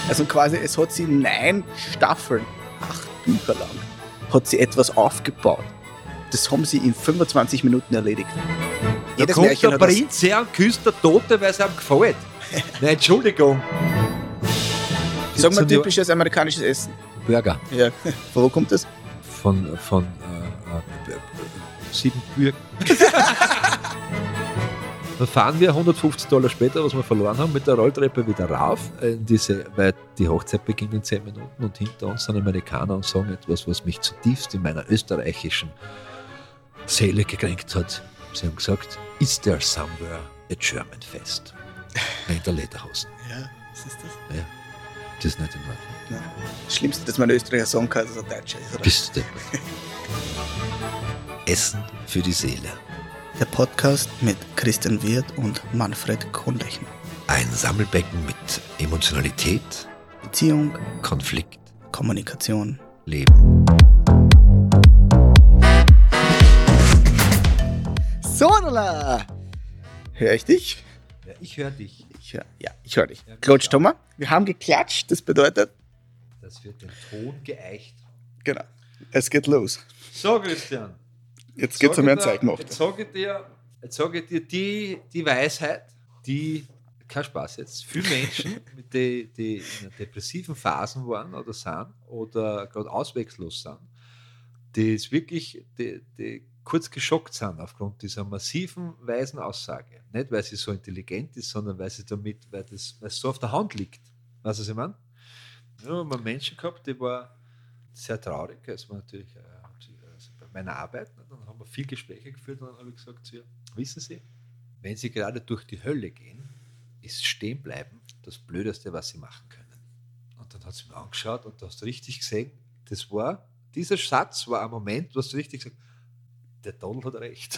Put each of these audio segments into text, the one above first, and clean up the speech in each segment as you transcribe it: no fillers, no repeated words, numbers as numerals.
Also quasi, es hat sie 9 Staffeln, 8 Bücher lang, hat sie etwas aufgebaut. Das haben sie in 25 Minuten erledigt. Da kommt der Prinz her und küsst der Tote, weil es ihm gefällt. Nein, Entschuldigung. Sag mal typisches amerikanisches Essen. Burger. Ja. Von wo kommt das? Von 7 Burger. Dann fahren wir $150 später, was wir verloren haben, mit der Rolltreppe wieder rauf, weil die Hochzeit beginnt in 10 Minuten und hinter uns sind Amerikaner und sagen etwas, was mich zutiefst in meiner österreichischen Seele gekränkt hat. Sie haben gesagt, is there somewhere a German Fest? In der Lederhosen. Ja, was ist das? Ja, das ist nicht in Ordnung. Nein. Das Schlimmste, dass man ein Österreicher sagen kann, dass er Deutscher ist. Oder? Bist du Essen für die Seele. Der Podcast mit Christian Wirth und Manfred Kohnlechner. Ein Sammelbecken mit Emotionalität, Beziehung, Konflikt, Kommunikation, Leben. Sonala! Hör ich dich? Ja, ich höre dich. Ich höre dich. Klatscht haben wir. Wir haben geklatscht, das bedeutet... Das wird den Ton geeicht. Genau. Es geht los. So, Christian. Jetzt geht es um einen Zeug gemacht. Jetzt sage ich dir die Weisheit, die, kein Spaß jetzt, viele Menschen, die in depressiven Phasen waren oder sind oder gerade ausweglos sind, die es wirklich, die kurz geschockt sind aufgrund dieser massiven, weisen Aussage. Nicht, weil sie so intelligent ist, sondern weil es so auf der Hand liegt. Weißt du, was ich meine? Ja, wir haben einen Menschen gehabt, der war sehr traurig. Es war natürlich bei meiner Arbeit. Dann haben wir viele Gespräche geführt und dann habe ich gesagt zu ihr, wissen Sie, wenn Sie gerade durch die Hölle gehen, ist stehen bleiben das Blödeste, was Sie machen können. Und dann hat sie mir angeschaut und du hast richtig gesehen, dieser Satz war ein Moment, wo du richtig gesagt hast, der Donald hat recht.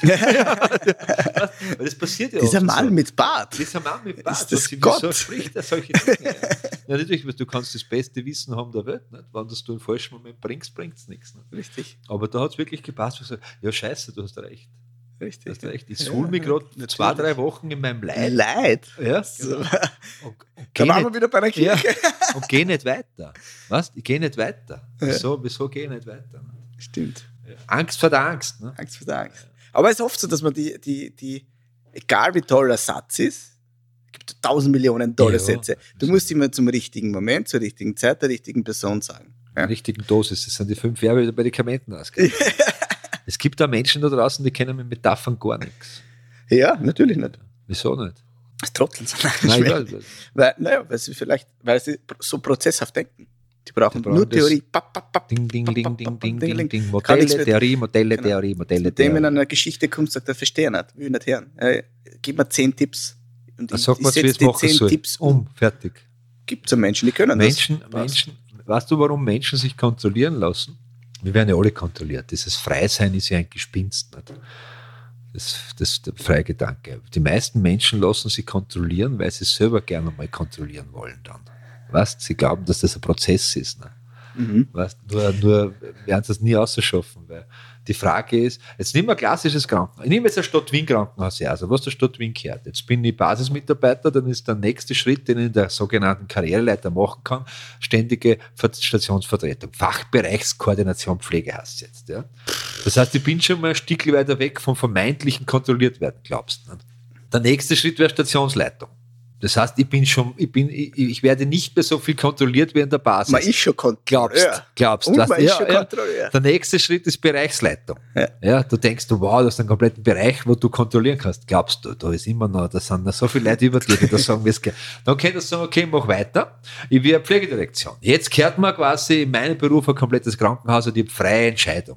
Weil das passiert ja Dieser oft Mann so. mit Bart. Dieser Mann mit Bart. Ist das wieso Gott? spricht er solche Dinge? Ja, natürlich, du kannst das beste Wissen haben der Welt. Nicht? Wenn das du im falschen Moment bringst es nichts. Nicht? Richtig. Aber da hat es wirklich gepasst. Ich gesagt, ja, scheiße, du hast recht. Richtig. Du hast recht. Ich suhl mich gerade 2-3 Wochen in meinem Leid. Leid. Ja, So. genau. Da waren wir wieder bei der Kirche. Ja, und geh nicht weiter. Was? Ich gehe nicht weiter. Ja. Wieso gehe ich nicht weiter? Stimmt. Ja. Angst vor der Angst. Ne? Angst vor der Angst. Aber es ist oft so, dass man die egal wie toll der Satz ist, es gibt 1000 Millionen tolle Sätze. Du musst immer zum richtigen Moment, zur richtigen Zeit, der richtigen Person sagen. Ja. In der richtigen Dosis. Das sind die 5 Medikamenten ausgegeben. Es gibt da Menschen da draußen, die kennen mit Metaphern gar nichts. Ja, natürlich nicht. Wieso nicht? Das Trotteln sind Nein, weil sie so prozesshaft denken. Die brauchen nur das Theorie. Ding, ding, ding, ding, ding, ding, ding. Kann nichts Modelle, mehr- Theorie, Genau. Theorie. Mit dem in einer Geschichte kommst, sagt er, verstehe nicht, will nicht hören. Gib mir 10 Tipps. Und Dann sag mal, wie es die machen 10 soll. Tipps um. Fertig. Gibt es Menschen, die können Menschen, das. weißt du, warum Menschen sich kontrollieren lassen? Wir werden ja alle kontrolliert. Dieses Freisein ist ja ein Gespinst. Nicht? Das ist der freie Gedanke. Die meisten Menschen lassen sich kontrollieren, weil sie selber gerne mal kontrollieren wollen dann. Weißt? Sie glauben, dass das ein Prozess ist. Ne? Weißt? Nur werden sie es nie ausschaffen, weil die Frage ist, jetzt nehmen wir ein klassisches Krankenhaus. Ich nehme jetzt ein Stadt Wien Krankenhaus her, also was der Stadt Wien gehört. Jetzt bin ich Basismitarbeiter, dann ist der nächste Schritt, den ich in der sogenannten Karriereleiter machen kann, ständige Stationsvertretung, Fachbereichskoordination Pflege heißt es jetzt. Ja? Das heißt, ich bin schon mal ein Stückchen weiter weg vom vermeintlichen kontrolliert werden, glaubst du. Der nächste Schritt wäre Stationsleitung. Das heißt, ich werde nicht mehr so viel kontrolliert wie in der Basis. Man ist schon Kontrolleur. Glaubst. Und Weißt, man ist schon Kontrolleur. Der nächste Schritt ist Bereichsleitung. Ja. Ja, du denkst, wow, du hast einen kompletten Bereich, wo du kontrollieren kannst. Glaubst du, da ist immer noch, da sind noch so viele Leute über dir, die das sagen, wie es geht. Dann kann ich sagen, okay, mach weiter. Ich will eine Pflegedirektion. Jetzt gehört mir quasi in meinem Beruf ein komplettes Krankenhaus und ich habe freie Entscheidung.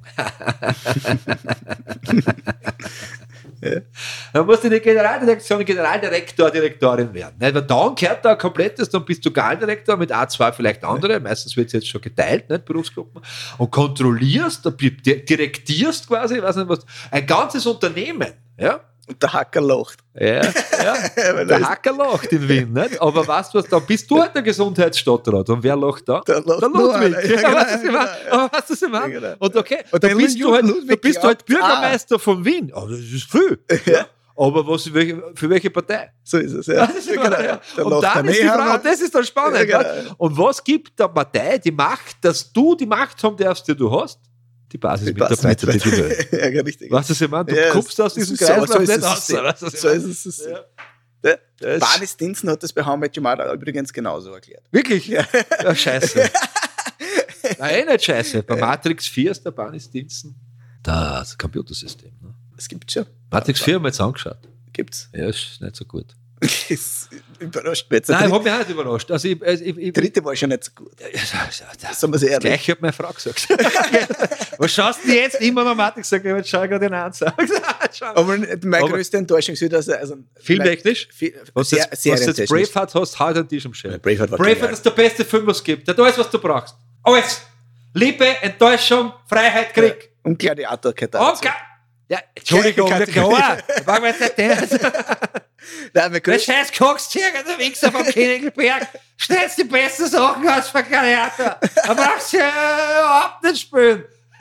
Ja. Dann musst du die Generaldirektion, Generaldirektor, Direktorin werden. Nicht? Weil dann gehört da ein komplettes, dann bist du Generaldirektor mit A2 vielleicht andere, meistens wird es jetzt schon geteilt, nicht, Berufsgruppen, und kontrollierst, direktierst quasi, ich weiß nicht was, ein ganzes Unternehmen. Ja? Und der Hacker lacht. Ja. Der Hacker lacht in Wien, nicht? Aber weißt du was, da bist du halt der Gesundheitsstadtrat. Und wer lacht da? Der Ludwig. Aber weißt du, was ich meine? Ja, genau. Und okay, Und da der bist du Ludwig halt glaubt, Bürgermeister von Wien. Oh, das ist viel. Ja. Aber für welche Partei? So ist es, ja. Das ist genau. ja. Der Und Loch dann der ist die Nehammer. Frage, und das ist dann spannend. Ja, was? genau. Und was gibt der Partei die Macht, dass du die Macht haben darfst, die du hast? Die Basismitarbeiter, die du willst. Ja, richtig. Weißt du, was ich meine? Du Ja, kommst aus diesem so Kreislauf ist nicht das raus. System. Weißt du, was ich So meine? ist es. System. Ja. Der Barney Stinson hat das bei How I Met Your Mother übrigens genauso erklärt. Wirklich? Ja, scheiße. Nein, nicht scheiße. Bei Matrix 4 ist der Barney Stinson das Computersystem. Ne? Das gibt's schon. Matrix 4 haben wir jetzt angeschaut. Gibt's. Ja, ist nicht so gut. Das überrascht mich jetzt. Nein, Der hat mich auch nicht überrascht. Also dritte war schon nicht so gut. Sagen wir es ehrlich. Gleich hat meine Frau gesagt. Was schaust du jetzt immer noch Matrix? Sag ich, jetzt schau ich gerade den an. Aber meine größte Enttäuschung ist wieder, also Filmtechnisch? Was du jetzt Braveheart hast, halt an Tisch am Schirm. Braveheart ist der beste Film, was es gibt. Der hat alles, was du brauchst. Alles. Liebe, Enttäuschung, Freiheit, Krieg. Und Gladiator gehört dazu. Okay. Ja, Entschuldigung, der klar. Machen wir jetzt nicht Nein, der scheiß Kokszieger, der Wichser vom Königelberg, stellst die besten Sachen aus für Gladiator. Da brauchst du überhaupt nicht spielen.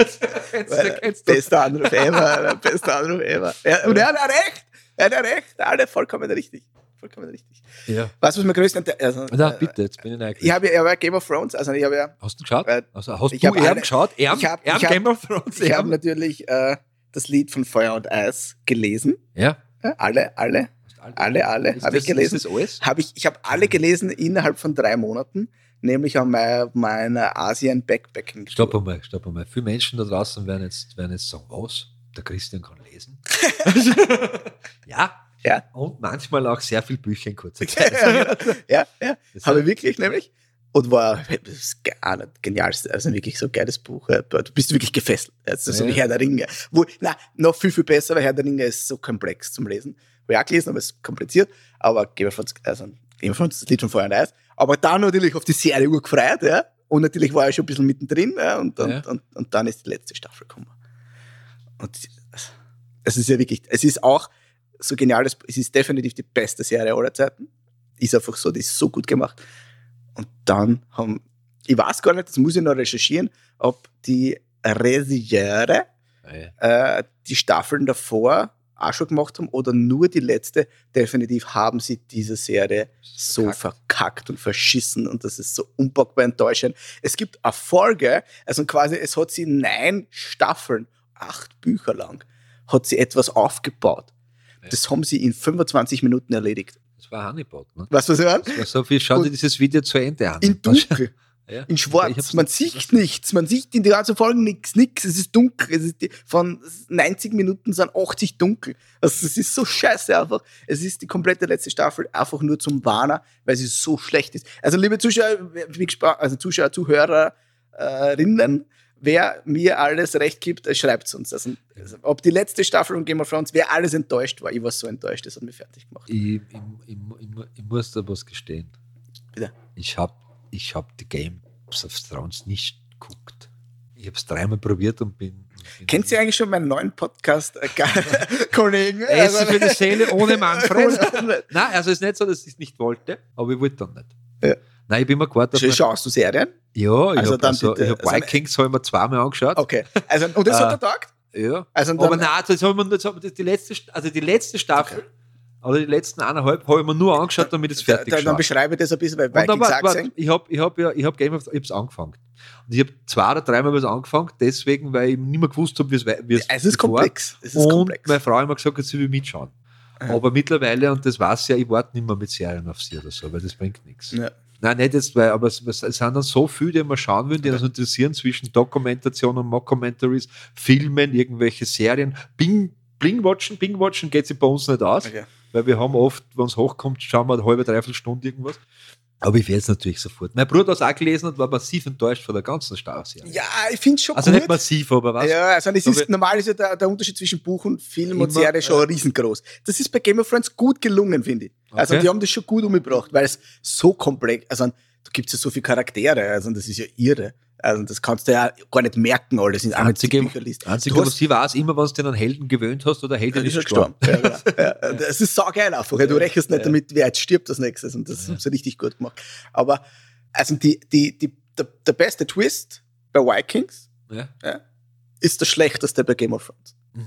Bester Anruf ever. Bester Anruf ever. Ja, und er hat recht. Er hat recht. Alle vollkommen richtig. Vollkommen richtig. Ja. Was mein größter... Also, Na, bitte, jetzt bin ich neugierig. Ich habe ja Game of Thrones, also ich habe ja... Hast du geschaut? Also hast ich du hab Erben alle- geschaut? Erben Game of Thrones? Ich habe natürlich das Lied von Feuer und Eis gelesen. Ja. Ja, alle habe ich gelesen. Ist das alles? Ich habe alle gelesen innerhalb von 3 Monaten, nämlich an meiner Asien-Backpacking. Stopp einmal. Viele Menschen da draußen werden jetzt sagen, was? Der Christian kann lesen. Ja. Und manchmal auch sehr viel Bücher in kurzer Zeit. Ja. Habe ich wirklich nämlich. Und war das genialste, also wirklich so ein geiles Buch. Du bist wirklich gefesselt. Also so wie Herr der Ringe. Noch viel, viel besser, weil Herr der Ringe ist so komplex zum Lesen. Habe ich auch gelesen, aber es ist kompliziert. Aber Game of Thrones, das Lied von Feuer und Eis. Aber dann natürlich auf die Serie gefreut, ja. Und natürlich war ich schon ein bisschen mittendrin, ja. Und dann ist die letzte Staffel gekommen. Und es ist ja wirklich, es ist auch so genial, es ist definitiv die beste Serie aller Zeiten. Ist einfach so, die ist so gut gemacht. Und dann ich weiß gar nicht, das muss ich noch recherchieren, ob die Regisseure die Staffeln davor auch schon gemacht haben oder nur die letzte. Definitiv haben sie diese Serie so verkackt und verschissen und das ist so unpackbar enttäuschend. Es gibt eine Folge, also quasi, es hat sie 9 Staffeln, 8 Bücher lang, hat sie etwas aufgebaut. Ja. Das haben sie in 25 Minuten erledigt. Das war Hannibal, ne? Weißt du, was ich meine? Das war so viel, schau dir dieses Video zu Ende an. In dunkel. Ja. In schwarz. Man sieht nichts. Man sieht in den ganzen Folgen nichts. Es ist dunkel. Von 90 Minuten sind 80 dunkel. Also es ist so scheiße einfach. Es ist die komplette letzte Staffel einfach nur zum Warner, weil sie so schlecht ist. Also liebe Zuschauer, Zuhörerinnen, wer mir alles recht gibt, schreibt es uns. Also, ob die letzte Staffel von Game of Thrones, wer alles enttäuscht war. Ich war so enttäuscht, das hat mich fertig gemacht. Ich muss da was gestehen. Bitte? Ich hab die Games of Thrones nicht geguckt. Ich habe es 3-mal probiert und bin... Kennst du eigentlich schon meinen neuen Podcast-Kollegen? Essen für die Seele ohne Manfred. Nein, also es ist nicht so, dass ich es nicht wollte, aber ich wollte dann nicht. Ja. Nein, ich bin mir gewartet. Schaust du Serien? Ja, ich Also habe Vikings habe ich mir 2-mal angeschaut. Okay, also, und das hat er taugt? Ja, also aber nein, das habe ich die letzte Staffel, okay. Oder die letzten 1,5 habe ich mir nur angeschaut, damit es fertig ist. Dann beschreibe ich das ein bisschen, weil Vikings sagen. Ich habe Game of Thrones angefangen. Und ich habe 2 oder 3 Mal was angefangen, deswegen, weil ich nicht mehr gewusst habe, wie es ist komplex. Es ist komplex. Meine Frau hat immer gesagt, sie will mitschauen. Ja. Aber mittlerweile, und das weiß ja, ich warte nicht mehr mit Serien auf sie oder so, weil das bringt nichts. Ja. Nein, nicht jetzt, aber es sind dann so viele, die wir schauen würden, die uns interessieren, zwischen Dokumentation und Mockumentaries, Filmen, irgendwelche Serien. Bing-Watchen geht sich bei uns nicht aus, weil wir haben oft, wenn es hochkommt, schauen wir eine halbe, dreiviertel Stunde irgendwas. Aber ich werde es natürlich sofort. Mein Bruder hat es auch gelesen und war massiv enttäuscht von der ganzen Serie. Ja, ich finde es schon also gut. Nicht massiv, aber was? Ja, also normal ist ja der Unterschied zwischen Buch und Film und Serie schon riesengroß. Das ist bei Game of Thrones gut gelungen, finde ich. Also die haben das schon gut umgebracht, weil es so komplex, also da gibt es ja so viele Charaktere, also das ist ja irre. Also das kannst du ja gar nicht merken, alles in einem Bücher liest. Einzige, was sie weiß, immer wenn du dich an Helden gewöhnt hast oder Heldin ist gestorben. Das ist saugeil einfach. Du rechnest nicht damit, wer jetzt stirbt als nächstes und das haben sie richtig gut gemacht. Aber also der beste Twist bei Vikings ist der schlechteste bei Game of Thrones. Mhm.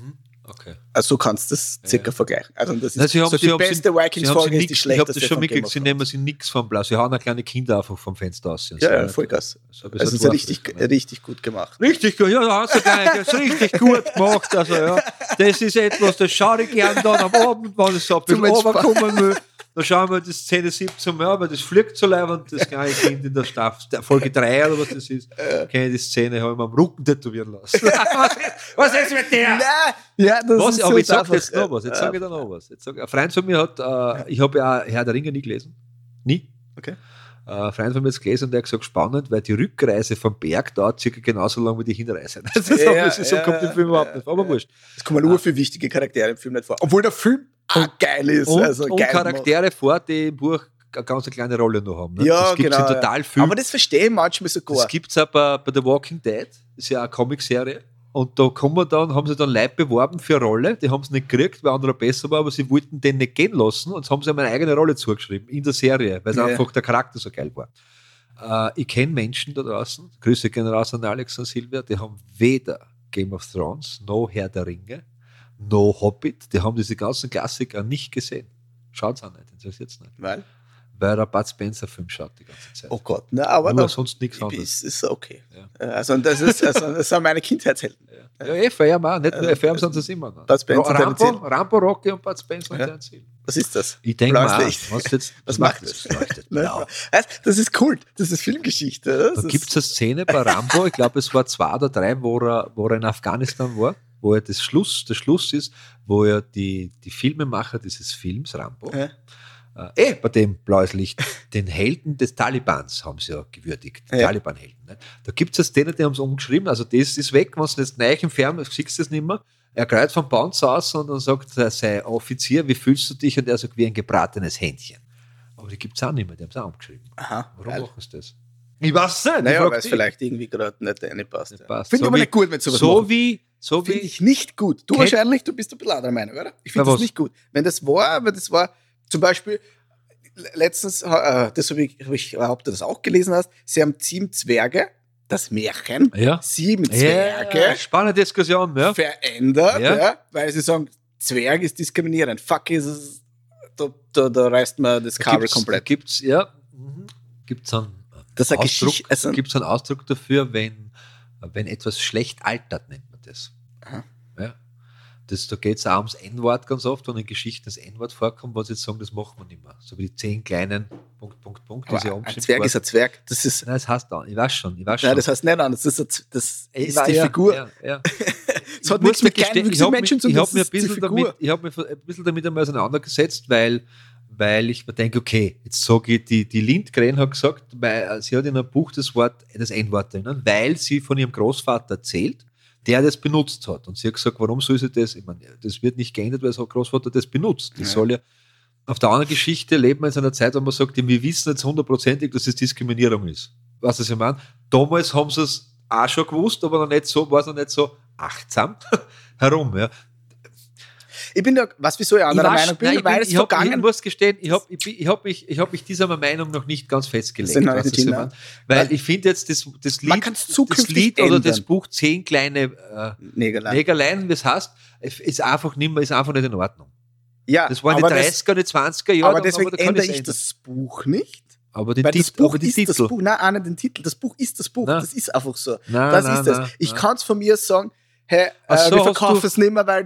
Okay. Also so kannst du das circa vergleichen. Also das ist Nein, die beste Vikings-Folge ist die schlechteste. Ich habe das schon mitgekriegt, sie nehmen sich nichts vom Blau. Sie hauen auch kleine Kinder einfach vom Fenster aus. Ja, Vollgas. So also ist richtig gut gemacht. Richtig gut, ja, da hast du geil, das ist richtig gut gemacht. Also, ja, das ist etwas, das schaue ich gern dann am Abend, wenn es so ein bisschen runterkommen will. Da schauen wir die Szene 17 Mal, weil das fliegt so leibend, das kleine Kind in der Staffel, Folge 3 oder was das ist. Kenne ich die Szene, habe ich mir am Rücken tätowieren lassen. was ist mit der? Nein, ja, das was, ist aber so ich sage einfach, jetzt noch was. Jetzt sage ich da noch was. Ein Freund von mir hat, ich habe ja Herr der Ringe nie gelesen. Nie. Okay. Ein Freund von mir hat es gelesen und der hat gesagt, spannend, weil die Rückreise vom Berg dauert circa genauso lang wie die Hinreise. So kommt im Film überhaupt nicht vor, aber wurscht. Es kommen nur für wichtige Charaktere im Film nicht vor. Obwohl der Film geil ist. Und Charaktere vor, die im Buch eine ganz kleine Rolle noch haben. Ne? Ja, das gibt es genau. in total viel. Aber das verstehe ich manchmal sogar. Das gibt es auch bei The Walking Dead. Das ist ja eine Comicserie. Und da haben sie dann Leute beworben für eine Rolle. Die haben es nicht gekriegt, weil andere besser war, aber sie wollten den nicht gehen lassen. Und haben sie eine eigene Rolle zugeschrieben in der Serie, weil einfach der Charakter so geil war. Ich kenne Menschen da draußen, Grüße gehen raus an Alex und Silvia, die haben weder Game of Thrones, noch Herr der Ringe, No Hobbit, die haben diese ganzen Klassiker nicht gesehen. Schaut es auch nicht, interessiert es nicht. Weil der Bud Spencer-Film schaut die ganze Zeit. Oh Gott, na, aber nur sonst nichts anderes. Ist okay. Ja. Also, das sind meine Kindheitshelden. Ja, Feiern auch, nicht nur Feiern, sondern es immer noch. Bud Spencer, Rambo, Rocky und Bud Spencer und deren Ziel. Was ist das? Ich denke mal, was macht das? Das ist Kult, das ist Filmgeschichte. Da gibt es eine Szene bei Rambo, ich glaube es war 2 oder 3, wo er in Afghanistan war, wo er der Schluss ist, wo er die Filmemacher dieses Films, Rambo, bei dem Blaues Licht, den Helden des Talibans haben sie ja gewürdigt, die Taliban-Helden. Ne? Da gibt es eine Szene, die haben es umgeschrieben, also das ist weg, wenn es jetzt neu im Fern, siehst du das nicht mehr. Er greift vom Bouncer aus und dann sagt sein Offizier, wie fühlst du dich? Und er sagt, wie ein gebratenes Hähnchen. Aber die gibt es auch nicht mehr, die haben es auch umgeschrieben. Aha, warum machen sie das? Ich weiß nicht. Naja, weil es vielleicht irgendwie gerade nicht reinpasst. Passt. Finde ich aber nicht gut, wenn sowas machen. Finde ich nicht gut. Du wahrscheinlich, du bist ein bisschen anderer Meinung, oder? Ich finde das nicht gut. Wenn das war zum Beispiel, letztens, das habe ich behauptet, dass du das auch gelesen hast, sie haben 7 Zwerge, das Märchen, 7 Zwerge, spannende Diskussion, verändert, weil sie sagen, Zwerg ist diskriminierend. Fuck, ist es, da reißt man das Kabel komplett. Gibt's einen Ausdruck dafür, wenn etwas schlecht altert, nennt man das. Aha. Ja. Da geht es auch ums N-Wort ganz oft, wenn in Geschichten das N-Wort vorkommt, was jetzt sagen, das machen wir nicht mehr. So wie die 10 kleinen Punkt. Ein Zwerg ist ein Zwerg. Das ist, nein, das heißt auch, ich weiß schon. Nein, das heißt nicht anders. Das ist die Figur. Ja. Es hat nichts mit kleinen Menschen zu tun. Ich habe mich ein bisschen damit einmal auseinandergesetzt, weil ich mir denke, okay, jetzt sage ich, die Lindgren hat gesagt, weil sie hat in einem Buch das N-Wort drinnen, weil sie von ihrem Großvater erzählt, der das benutzt hat. Und sie hat gesagt, warum soll sie das? Ich meine, das wird nicht geändert, weil so ein Großvater das benutzt. Das soll ja. Auf der anderen Geschichte leben wir in einer Zeit, wo man sagt, wir wissen jetzt 100%, dass es Diskriminierung ist. Weißt du, was ich meine? Damals haben sie es auch schon gewusst, aber noch nicht so, war es noch nicht so achtsam herum. Ja. Ich bin da, wieso ich anderer Meinung bin, weil es vergangen... Ich muss gestehen, ich hab mich dieser Meinung noch nicht ganz festgelegt. Weil ich finde jetzt das Lied oder das Buch 10 kleine Negerlein, wie es heißt, ist einfach nicht in Ordnung. Ja, das waren die 30er, die 20er Jahre. Aber deswegen ändere ich das Buch nicht. Aber den Titel. Das Buch ist das Buch. Nein, auch nicht den Titel. Das Buch ist das Buch. Nein. Das ist einfach so. Nein, ich kann es von mir sagen, hey, wir verkaufen es nicht mehr,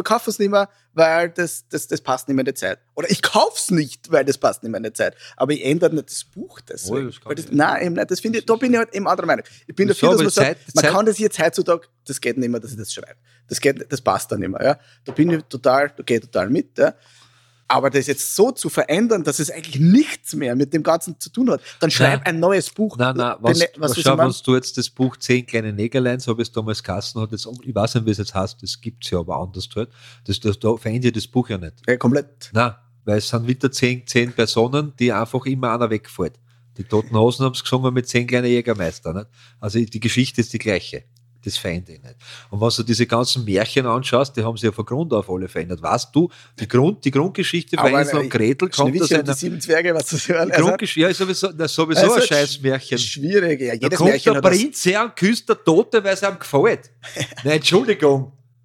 weil das passt nicht mehr in die Zeit. Oder ich kaufe es nicht, weil das passt nicht mehr in die Zeit. Aber ich ändere nicht das Buch deswegen. Nein, eben nicht. Das finde ich, da bin ich halt eben anderer Meinung. Ich bin dafür, dass man sagt, man kann das jetzt heutzutage, das geht nicht mehr, dass ich das schreibe. Das passt dann nicht mehr. Ja. Da bin ich da gehe ich total mit. Ja. Aber das jetzt so zu verändern, dass es eigentlich nichts mehr mit dem Ganzen zu tun hat, dann schreib ein neues Buch. Nein, was du jetzt das Buch 10 kleine Negerlein, so wie es damals geheißen hat, ich weiß nicht, wie es jetzt heißt, das gibt es ja aber anders halt, da verändert das Buch ja nicht. Ja, komplett. Nein, weil es sind wieder 10 Personen, die einfach immer einer wegfällt. Die Toten Hosen haben es gesungen mit 10 kleine Jägermeister. Nicht? Also die Geschichte ist die gleiche. Das verändert nicht. Und wenn du diese ganzen Märchen anschaust, die haben sie ja von Grund auf alle verändert. Weißt du, die Grundgeschichte von Hänsel und Gretel kommt aus einer... Die 7 Zwerge, was du hören. Ja, sowieso ein Scheißmärchen. Schwierig, ja. Jedes da kommt Märchen der Prinz her und küsst der Tote, weil es ihm gefällt. Nein, Entschuldigung.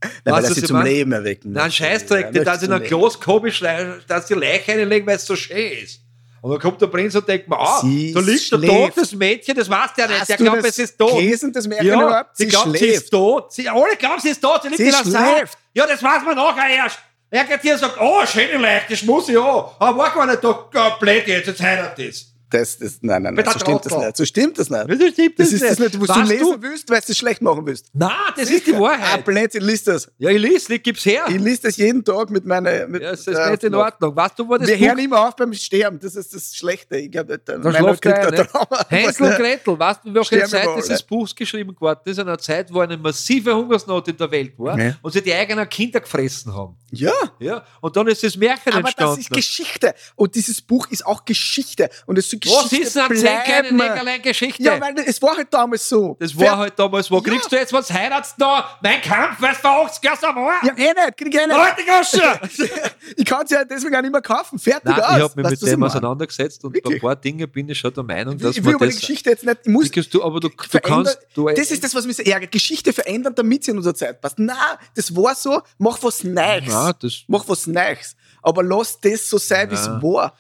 Weil Weißt er du, sie was zum ich mein? Leben erwecken Nein, möchte. Scheißdreck, die möchte darf in zum ein Leben. Glas komisch, dass die Leiche reinlegen, weil es so schön ist. Und dann kommt der Prinz und denkt mir, Sie da liegt der schläft. totes Mädchen, das weißt du ja nicht. Hast Der du glaubt, das es ist tot. gelesen, das Märchen Ja, überhaupt? sie glaubt, sie ist tot. Alle glauben, sie ist tot. Sie liegt Sie in der Saal. schläft. Ja, das weiß man nachher erst. Er geht hier und sagt, oh, schöne Leiche, das muss ich auch. Aber war gar nicht da blöd jetzt heiratet das. Nein, Mit der so stimmt das Trottel. nicht. So stimmt das nicht. Wieso stimmt Das ist das nicht, was du Weißt lesen willst, weil du es schlecht machen willst. Nein, das ist die Ah, Wahrheit. Blödsinn, liest das. Ja, ich lese, gib's her. Ich lese das jeden Tag mit meiner... Mit, Ja, das ist nicht in Ordnung. Weißt du, wo das wir Buch... hören immer auf beim Sterben, das ist das Schlechte. Ich glaube, Da schläft der ein, ne? Hänsel und Gretel. Gretel, weißt du, in welcher Sterben Zeit wir dieses alle. Buch geschrieben geworden ist? In einer Zeit, wo eine massive Hungersnot in der Welt war Ja. und sie die eigenen Kinder gefressen haben. Ja, Ja, und dann ist das Märchen aber entstanden. das ist Geschichte. Und dieses Buch ist auch Geschichte. Und es soll Was Geschichte ist eine bleiben. Nägerlein-Geschichte? Ja, weil es war halt damals so. Das war halt damals, wo kriegst du jetzt was heiratst da? Mein Kampf, weißt du, 80 Jahre war? Ja, nicht, krieg ich nicht. Leute, Gosche! Ich kann es ja deswegen auch nicht mehr kaufen. Fertig Nein, aus. ich habe mich Weißt mit du, was dem ich mein? auseinandergesetzt und bei ein Wirklich? paar Dinge bin ich schon der Meinung, dass Ich will man aber die das... Geschichte jetzt nicht. Ich muss Aber du verändern. kannst... Das ist das, was mich so ärgert. Geschichte verändern, damit sie in unserer Zeit passt. Nein, das war so. Mach was Neues. Nein, das- Mach was Neues. Aber lass das so sein, wie es war.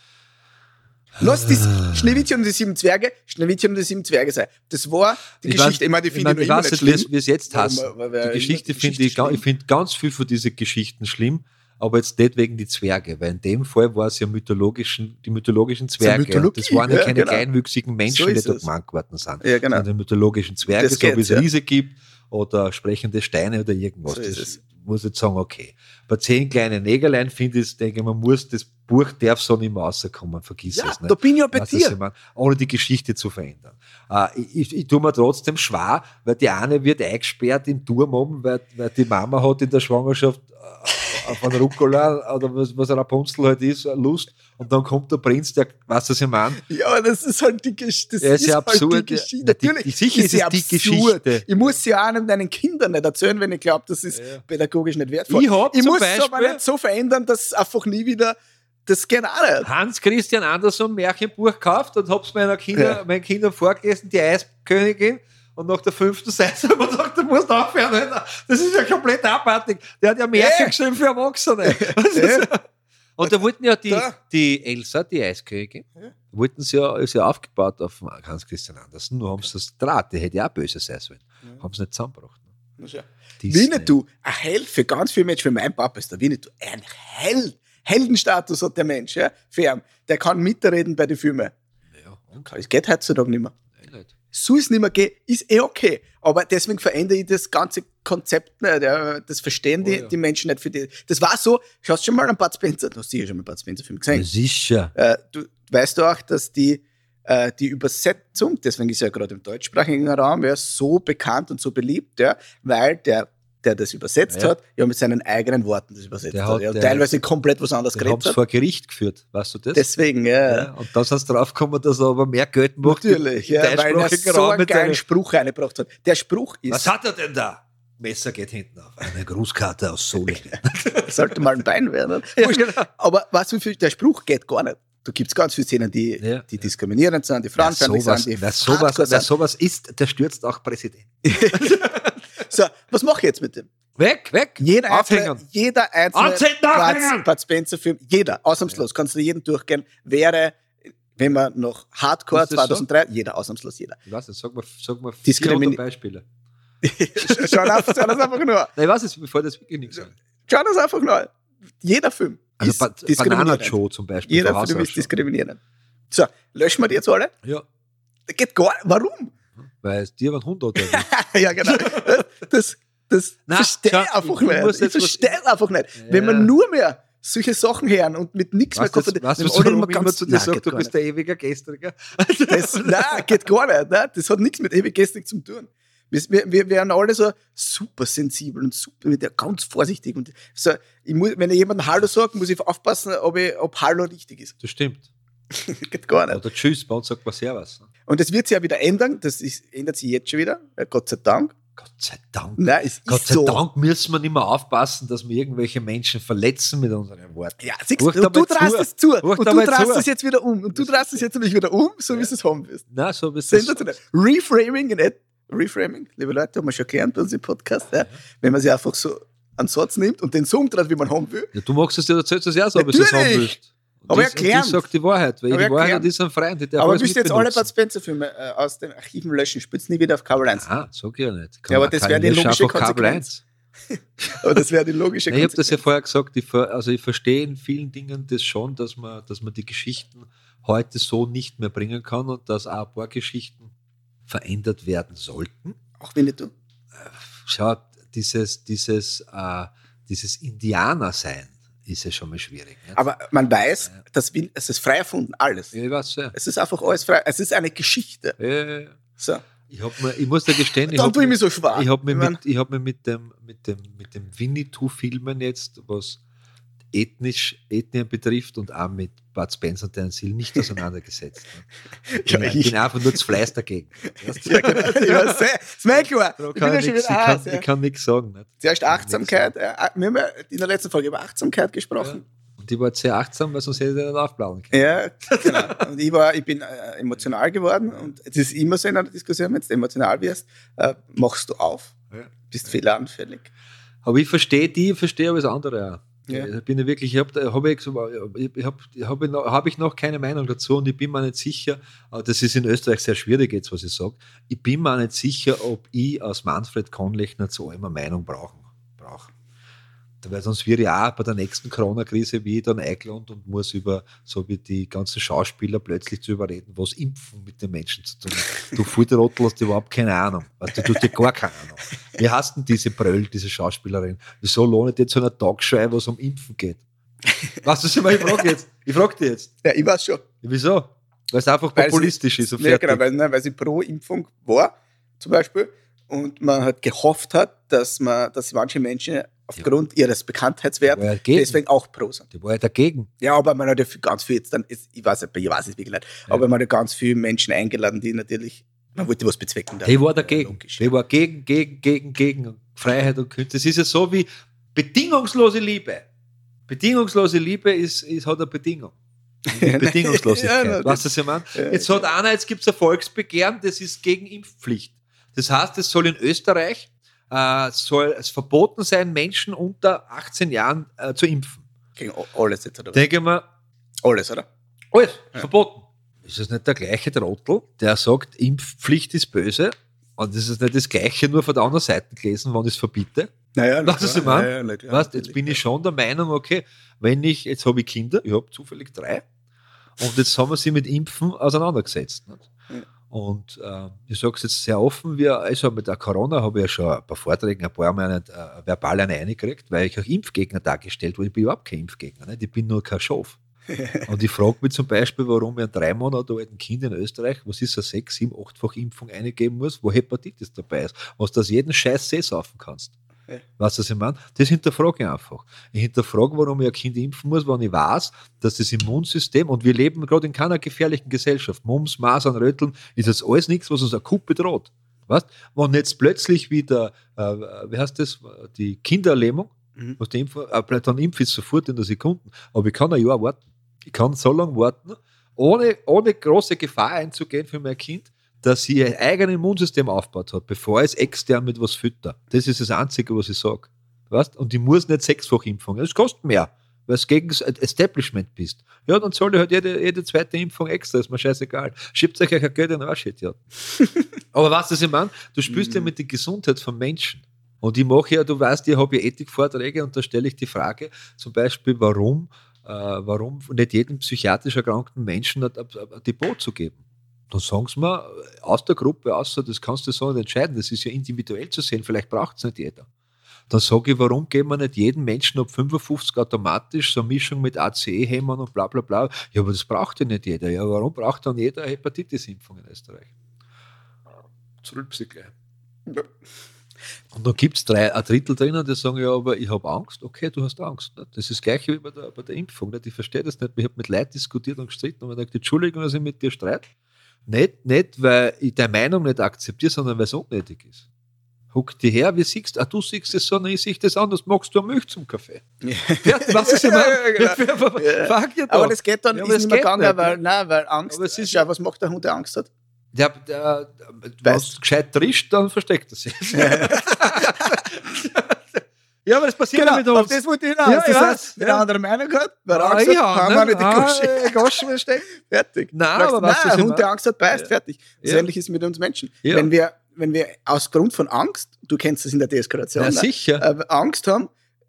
Lass das Schneewittchen und die 7 Zwerge Schneewittchen und die 7 Zwerge sein. Das war die Geschichte. Ich meine, die finde ich noch immer nicht schlimm. wie es jetzt Weil heißt. wir ja Die Geschichte immer finde ich, schlimm. ich finde ganz viel von diesen Geschichten schlimm, aber jetzt nicht wegen die Zwerge, weil in dem Fall war es ja die mythologischen Zwerge. Mythologie, Das waren ja keine genau. kleinwüchsigen Menschen, So die ist da es. gemeint geworden sind. Ja, genau. Sondern die mythologischen Zwerge, Das so wie geht's, es ja. Riese gibt oder sprechende Steine oder irgendwas. So ist Das es. muss ich jetzt sagen, okay. Bei 10 kleinen Negerlein finde ich, denke ich, man muss, das Buch darf so nicht mehr rauskommen, vergiss Ja, es nicht. da bin ich ja bei Weißt du, was dir. ich meine? Ohne die Geschichte zu verändern. Ich tue mir trotzdem schwer, weil die eine wird eingesperrt im Turm oben, weil die Mama hat in der Schwangerschaft auf einen Rucola oder was ein Rapunzel halt ist, Lust. Und dann kommt der Prinz, der, weißt du, was ich meine? Ja, aber das ist halt die Geschichte. Das Ja, ist ja halt absurd. die Geschichte. Ja, Natürlich. sicher ist es die Geschichte. Ich muss sie auch deinen Kindern nicht erzählen, wenn ich glaube, das ist pädagogisch nicht wertvoll. Ich hab zum muss es aber Beispiel- nicht so verändern, dass es einfach nie wieder. Das geht auch nicht. Hans Christian Andersen Märchenbuch gekauft und hab's meinen Kindern vorgelesen, die Eiskönigin. Und nach der 5. Seite haben wir gesagt, du musst aufhören. Alter. Das ist ja komplett abartig. Der hat ja Märchen geschrieben für Erwachsene. Und da wollten ja die Elsa, die Eiskönigin, wollten sie ja, ist ja aufgebaut auf Hans Christian Andersen, nur haben sie das Draht, die hätte ja auch böse sein sollen. Haben sie nicht zusammengebracht. Winnetou, ein Held für ganz viele Menschen, für meinen Papa ist der Winnetou ein Held. Heldenstatus hat der Mensch, ja, fern. Der kann mitreden bei den Filmen. Ja, und? Es geht heutzutage nicht mehr. Nein, nicht. So es nicht mehr geht, ist okay. Aber deswegen verändere ich das ganze Konzept nicht. Ja. Das verstehen die Menschen nicht für die. Das war so, schaust schon mal einen Bud Spencer, du hast sicher schon mal einen Bud Spencer-Film gesehen. Sicher. Du weißt du auch, dass die Übersetzung, deswegen ist er ja gerade im deutschsprachigen Raum ja so bekannt und so beliebt, ja, weil der das übersetzt hat, ja mit seinen eigenen Worten das übersetzt Der hat. hat- Ja, der- teilweise komplett was anderes Die haben geredet es hat. vor Gericht geführt, weißt du das? Deswegen, ja. Ja, und dann sind sie draufgekommen, dass er aber mehr Geld macht. Natürlich, im ja, weil er deutschsprachigen so Raum einen mit geilen seinen- Spruch reingebracht hat. Der Spruch ist, Was hat er denn da? Messer geht hinten auf. Eine Grußkarte aus Solingen. sollte mal ein Bein werden. Ja, Wurscht. genau. Aber was für der Spruch geht gar nicht. Da gibt es ganz viele Szenen, die diskriminierend sind, die frauenfeindlich sind, die Wer hardcore sind. sowas ist, der stürzt auch Präsident. So, was mache ich jetzt mit dem? Weg! Jeder einzelne Anzünden, aufhängen! Bud Spencer-Film, jeder, ausnahmslos, kannst du jeden durchgehen, wäre, wenn man noch Hardcore Ist das so? 2003, jeder, ausnahmslos jeder. Ich weiß nicht, sag mal 400 Diskrimini- Beispiele. Schau das einfach nur. Nein, ich weiß es, bevor das wirklich nichts sagt. Schau das einfach nur. Jeder Film Also ist Banana diskriminierend. Joe zum Beispiel. Jeder von Film Haus ist aus schon. diskriminierend. So, löschen wir die jetzt alle? Ja, Das geht gar nicht. Warum? weil es dir ein Hund oder Ja, genau. Das Nein, verstehe schau, ich einfach ich muss nicht. Ich jetzt was- verstehe es einfach nicht. Wenn man nur mehr solche Sachen hören und mit nichts mehr Weißt du, konfrontiert, warum wenn alle ich immer zu dir Nein, sage, geht du gar bist der ewige Gestriger? Nein, geht gar nicht. Nein, das hat nichts mit ewig Gestik zu tun. Wir werden alle so super sensibel und ganz vorsichtig. Und so, wenn ich jemandem Hallo sage, muss ich aufpassen, ob Hallo richtig ist. Das stimmt. Geht gar nicht. Oder Tschüss, bei uns sagt man Servus. Und das wird sich ja wieder ändern. Ändert sich jetzt schon wieder. Gott sei Dank. Gott sei Dank. Nein, es Gott ist sei so. Dank müssen wir nicht mehr aufpassen, dass wir irgendwelche Menschen verletzen mit unseren Worten. Ja, siehst Hört du, und du dabei drehst zu. es zu. Hört Und du dabei drehst zu. es jetzt wieder um. Und du drehst es jetzt nämlich wieder um, so wie du es haben willst. Nein, so bist du. Sensationell. Reframing, liebe Leute, haben wir schon gelernt bei uns im Podcast. Ja. Wenn man sich einfach so einen Satz nimmt und den so umdreht, wie man haben will. Ja, du machst es dir, erzählst es ja so, ob du es haben willst. Aber erklärt. Ich sag die Wahrheit, weil die Wahrheit ist ein Freund. Aber willst du jetzt alle Bud Spencer-Filme aus den Archiven löschen? Spielst nie wieder auf Kabel 1? Ah, sag ich ja nicht. Aber das wäre die logische Konsequenz. Aber das wäre die logische Konsequenz. Ich habe das ja vorher gesagt, ich verstehe in vielen Dingen das schon, dass man die Geschichten heute so nicht mehr bringen kann und dass auch ein paar Geschichten verändert werden sollten. Auch wenn nicht du? Schau, dieses Indianer-Sein ist ja schon mal schwierig. Nicht? Aber man weiß, es ist frei erfunden, alles. Ja, ich weiß ja. Es ist einfach alles frei. Es ist eine Geschichte. Ja. So. Ich muss da gestehen, ich habe mich mit dem Winnetou-Filmen jetzt, was Ethnien betrifft und auch mit Bud Spencer und Terence Hill nicht auseinandergesetzt. Ich bin einfach nur zu Fleiß dagegen. Ja, genau. Das ist mein klar. Ich kann nichts sagen. Nicht? Zuerst Achtsamkeit. Wir haben ja in der letzten Folge über Achtsamkeit gesprochen. Ja. Und ich war sehr achtsam, weil sonst hätte ich nicht aufblauen können. Ja, genau. Und ich bin emotional geworden und es ist immer so in einer Diskussion, wenn du emotional wirst, machst du auf, bist fehleranfällig. Aber ich verstehe aber das andere auch. Ja. Habe ich noch keine Meinung dazu und ich bin mir nicht sicher, das ist in Österreich sehr schwierig jetzt, was ich sage, ich bin mir nicht sicher, ob ich als Manfred Konlechner zu allem eine Meinung brauche. Weil sonst wäre ich auch bei der nächsten Corona-Krise wie dann eingeladen und muss über, so wie die ganzen Schauspieler plötzlich zu überreden, was Impfen mit den Menschen zu tun hat. Du Volltrottel hast überhaupt keine Ahnung. Also, du hast ja gar keine Ahnung. Wie heißt denn diese Bröll, diese Schauspielerin? Wieso lohnt jetzt so eine Talkshow, wo es um Impfen geht? Weißt du, was ich frage dich jetzt. Ja, ich weiß schon. Wieso? Weil es einfach populistisch ist. Ja, genau, weil sie pro Impfung war, zum Beispiel, und man halt gehofft hat, dass manche Menschen aufgrund ihres Bekanntheitswerts deswegen auch pro sind. Die war ja dagegen. Ja, aber man hat ja ganz viel jetzt dann, ich weiß es wirklich nicht, aber man hat ja ganz viele Menschen eingeladen, die natürlich, man wollte was bezwecken. Die war dagegen. Die war gegen Freiheit und Künste. Das ist ja so wie bedingungslose Liebe. Bedingungslose Liebe hat eine Bedingung. Bedingungslosigkeit. Ja, weißt du, was ich meine? Jetzt gibt es ein Volksbegehren, das ist gegen Impfpflicht. Das heißt, es soll in Österreich soll es verboten sein, Menschen unter 18 Jahren zu impfen. Gegen alles jetzt, oder? Denke mal. Alles, oder? Alles, verboten. Ist das nicht der gleiche Trottel, der sagt, Impfpflicht ist böse? Und das ist nicht das Gleiche, nur von der anderen Seite gelesen, wann ich es verbiete? Naja, was ist jetzt bin ich schon der Meinung, okay, jetzt habe ich Kinder, ich habe zufällig 3, und jetzt haben wir sie mit Impfen auseinandergesetzt. Nicht? Ja. Und ich sage es jetzt sehr offen, also mit der Corona habe ich ja schon ein paar Vorträge, ein paar Mal verbal eine reingekriegt, weil ich auch Impfgegner dargestellt wurde. Ich bin überhaupt kein Impfgegner, nicht? Ich bin nur kein Schof. Und ich frage mich zum Beispiel, warum ich ein 3 Monate alten Kind in Österreich, was ist eine 6, 7, 8-fach Impfung eingeben muss, wo Hepatitis dabei ist, was du aus jedem Scheiß See saufen kannst. Ja. Weißt du, was ich meine? Das hinterfrage ich einfach. Ich hinterfrage, warum ich ein Kind impfen muss, wenn ich weiß, dass das Immunsystem, und wir leben gerade in keiner gefährlichen Gesellschaft, Mumps, Masern, Röteln, ist jetzt alles nichts, was uns akut bedroht. Weißt? Wenn jetzt plötzlich wieder, wie heißt das, die Kinderlähmung, was die Impfung, dann impfe ich sofort in der Sekunde, aber ich kann ein Jahr warten. Ich kann so lange warten, ohne große Gefahr einzugehen für mein Kind, dass sie ihr eigenes Immunsystem aufgebaut hat, bevor ich es extern mit was fütter. Das ist das Einzige, was ich sage. Weißt? Und ich muss nicht 6-fach Impfung. Das kostet mehr, weil du gegen das Establishment bist. Ja, dann soll ich halt jede zweite Impfung extra, ist mir scheißegal. Schiebt euch ein Geld in den Arsch. Ja. Aber weißt du, was ich meine? Du spielst ja mit der Gesundheit von Menschen. Und ich mache ja, du weißt, ich habe ja Ethikvorträge und da stelle ich die Frage, zum Beispiel, warum nicht jedem psychiatrisch erkrankten Menschen ein Depot zu geben. Dann sagen sie mir aus der Gruppe, außer das kannst du so nicht entscheiden, das ist ja individuell zu sehen, vielleicht braucht es nicht jeder. Dann sage ich, warum geben wir nicht jedem Menschen ab 55 automatisch so eine Mischung mit ACE-Hämmern und bla bla bla. Ja, aber das braucht ja nicht jeder. Ja, warum braucht dann jeder eine Hepatitis-Impfung in Österreich? Zurück sie gleich. Ja. Und dann gibt es ein Drittel drinnen, die sagen, ja, aber ich habe Angst. Okay, du hast Angst. Nicht? Das ist das Gleiche wie bei der Impfung. Nicht? Ich verstehe das nicht. Ich habe mit Leuten diskutiert und gestritten und mir gedacht, Entschuldigung, dass ich mit dir streite. Nicht, weil ich deine Meinung nicht akzeptiere, sondern weil es unnötig ist. Huck dich her, wie siehst du? Du siehst es so, nein, ich sehe das anders, magst du eine Milch zum Kaffee? Ja. Was ist ja, aber das geht dann, ist nicht mehr gegangen, weil Angst, aber ist, was macht der Hund, der Angst hat? Wenn du gescheit trischst, dann versteckt er sich. Ja, aber das passiert Genau, mit auf uns. das wollte ich hinaus. Ja, das ich heißt, weiß, wenn ja. eine andere Meinung hat, wer Ah, Angst hat, ja, haben wir nicht die Gosche. Goschen wir stecken. Fertig. Nein, Sagst, aber was nein, das ein Hund, der immer- Angst hat, beißt, Ja. fertig. Das Ja. Ähnliche ist mit uns Menschen. Ja. Wenn wir aus Grund von Angst, du kennst das in der Deeskalation, Na ne? sicher. Angst haben,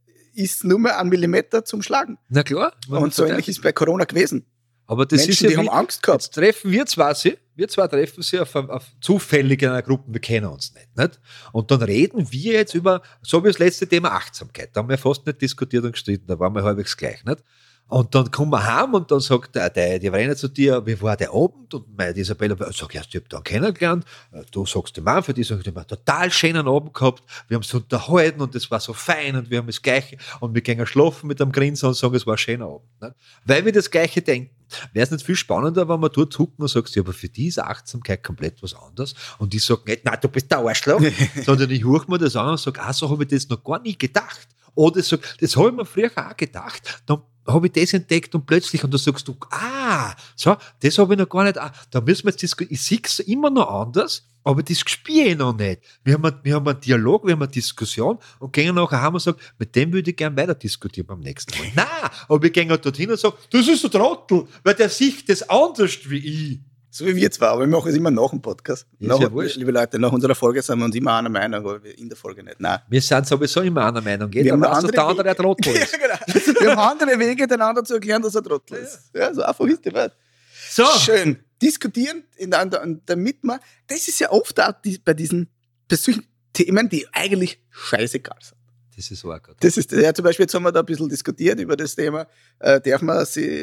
ist nur mehr 1 Millimeter zum Schlagen. Na klar. Und so ähnlich ist bei Corona gewesen. Aber das Menschen, ist ja die haben wie- Angst gehabt. Jetzt treffen wir zwei treffen sie auf zufällig in einer Gruppe, wir kennen uns nicht. Und dann reden wir jetzt über, so wie das letzte Thema Achtsamkeit, da haben wir fast nicht diskutiert und gestritten, da waren wir halbwegs gleich, nicht? Und dann kommen wir heim und dann sagt die Verena zu dir, wie war der Abend? Und meine Isabella sagt, ja, ich habe dann kennengelernt. Du sagst dem Manfred, ich sage, wir haben einen total schönen Abend gehabt. Wir haben uns unterhalten und es war so fein und wir haben das Gleiche. Und wir gehen schlafen mit einem Grinsen und sagen, es war ein schöner Abend. Nicht? Weil wir das Gleiche denken. Wäre es nicht viel spannender, wenn man dort hucken und sagst, ja, aber für die ist Achtsamkeit komplett was anderes. Und die sagen nicht, nein, du bist der Arschloch, sondern ich huche mir das an und sage, so habe ich das noch gar nie gedacht. Oder ich sage, das habe ich mir früher auch gedacht. Dann habe ich das entdeckt und plötzlich, und dann sagst du, so, das habe ich noch gar nicht, da müssen wir jetzt diskutieren. Ich sehe es immer noch anders, aber das spüre ich noch nicht. Wir haben einen Dialog, wir haben eine Diskussion und gehen nachher heim und sagen, mit dem würde ich gerne weiter diskutieren beim nächsten Mal. Nein, aber wir gehen dorthin und sagen, das ist ein Trottel, weil der sieht das anders wie ich. So wie wir zwar, aber wir machen es immer nach dem Podcast. Ist Nach, ja wurscht. liebe Leute, nach unserer Folge sind wir uns immer einer Meinung, aber in der Folge nicht. Nein. Wir sind sowieso immer einer Meinung. Wir Jeder haben weiß, dass der andere ein Trottel Ja, ist. genau. Wir haben andere Wege, den anderen zu erklären, dass er Trottel ist. Ja, so einfach ist die Welt. So, Schön. Diskutieren, damit man, das ist ja oft auch bei diesen persönlichen Themen, die eigentlich scheißegal sind. das ist arg. Das ist, ja, zum Beispiel, jetzt haben wir da ein bisschen diskutiert über das Thema, darf man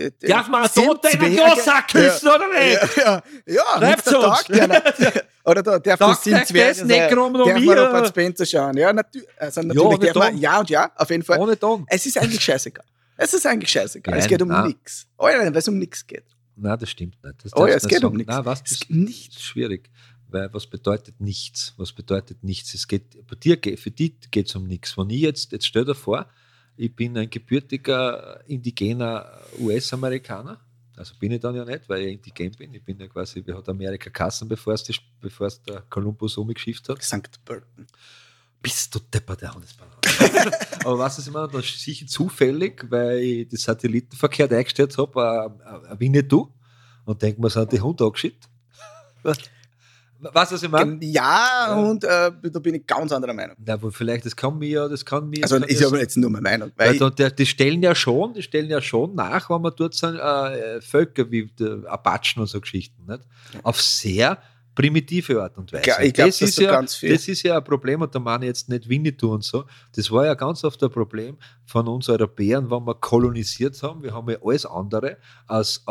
eine Tote in den Glassack küssen, oder nicht? Ja, Schreibt's der uns. Tag, gerne. Oder da darf man Sagt sieben euch Zwerge das, sein, Necronomie, darf man oder? Robert Spencer schauen. Ja, natürlich, also Ja, natürlich nicht darf man, dann. ja und ja, auf jeden Fall. Ohne Ton. Es ist eigentlich scheißegal. Es ist eigentlich scheißegal. Es Nein, geht um nein. nichts. Weil es um nichts geht. Nein, das stimmt nicht. Das Oh ja, darfst es du nicht geht um sagen. nichts. Nein, was? Es Das geht um nichts. ist schwierig. Weil was bedeutet nichts? Was bedeutet nichts? Es geht, bei dir, für dich geht es um nichts. Wenn ich jetzt stell dir vor, ich bin ein gebürtiger indigener US-Amerikaner. Also bin ich dann ja nicht, weil ich indigen bin. Ich bin ja quasi, wie hat Amerika Kassen, bevor es der Columbus umgeschifft hat. St. Burton. Bist du Depper, der Handelsbanane. Aber was ist immer, da sicher zufällig, weil ich den Satellitenverkehr eingestellt habe, ein Winnetou und denke mir, sind die Hunde angeschickt. Weißt du, was ich meine? Ja, und da bin ich ganz anderer Meinung. Na, aber vielleicht, das kann mir. Also ist aber jetzt nur meine Meinung. Weil Weil die stellen ja schon nach, wenn man dort sind, Völker wie die Apachen und so Geschichten, nicht? Auf sehr primitive Art und Weise. Ja, ich glaub, das das ist so ja, ganz viel. das ist ja ein Problem, und da meine ich jetzt nicht Winnetou und so. Das war ja ganz oft ein Problem von uns Europäern, wenn wir kolonisiert haben. Wir haben ja alles andere als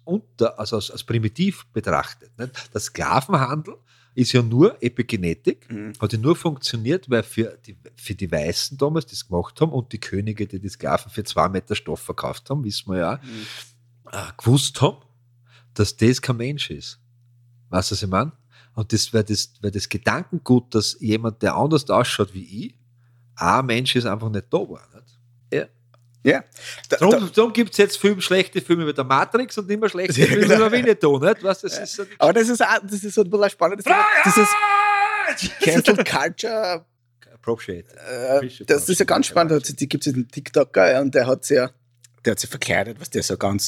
primitiv betrachtet. Nicht? Der Sklavenhandel ist ja nur Epigenetik, hat ja nur funktioniert, weil für die Weißen damals, die es gemacht haben, und die Könige, die Sklaven für 2 Meter Stoff verkauft haben, wissen wir ja, gewusst haben, dass das kein Mensch ist. Weißt du, was ich meine? Und weil das Gedankengut, dass jemand, der anders ausschaut wie ich, ein Mensch ist, einfach nicht da war. Nicht? ja. Darum gibt es jetzt schlechte Filme über der Matrix und immer schlechte Ja, Filme genau. über Winnetou. Nicht? Weißt, das ist so Aber das ist so ein bisschen spannend. Dieses Cancel Culture, Appropriate. das ist ja ganz spannend. Die gibt es einen TikToker, und der hat sich verkleidet, was der so ganz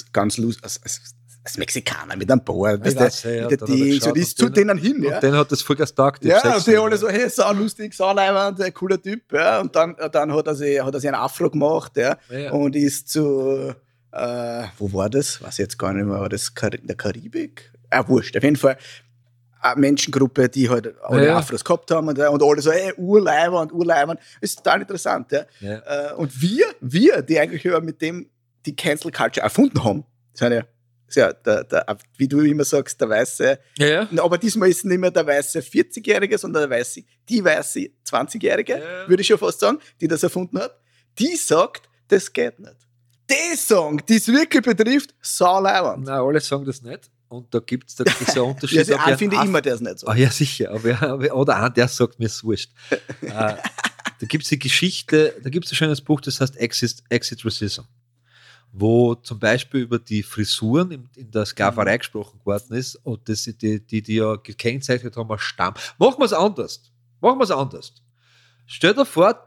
als Mexikaner mit einem Bart, Ich weiß, ja, mit dann der hat er Dings, geschaut und ist und zu denen hin, ja. Und den hat das voll gestaugt. Ja, und die alle so, hey, sau lustig, sau leibend, ein cooler Typ, ja. Und dann hat er sich einen Afro gemacht, ja. Ja. Und ist zu, wo war das? Weiß ich jetzt gar nicht mehr, war das in der Karibik? Wurscht, auf jeden Fall eine Menschengruppe, die halt alle Ja. Afros gehabt haben, und alle so, hey, Urleibern. Ist total interessant, ja. Ja. Und wir, die eigentlich ja mit dem die Cancel Culture erfunden haben, sind ja, wie du immer sagst, der weiße, Ja. aber diesmal ist nicht mehr der weiße 40-Jährige, sondern die weiße 20-Jährige, Ja. würde ich schon fast sagen, die das erfunden hat, die sagt, das geht nicht. Die Song, die es wirklich betrifft, sauleibend. Nein, alle sagen das nicht. Und da gibt es dieser Unterschied. Ja, also ob wer ich finde ein immer, der ist nicht so. Ah, ja, sicher. Oder einer, der sagt, mir ist wurscht. Da gibt es die Geschichte, da gibt es ein schönes Buch, das heißt Exit Racism, wo zum Beispiel über die Frisuren in der Sklaverei gesprochen worden ist, und das, die ja gekennzeichnet haben als Stamm. Machen wir es anders. Stell dir vor,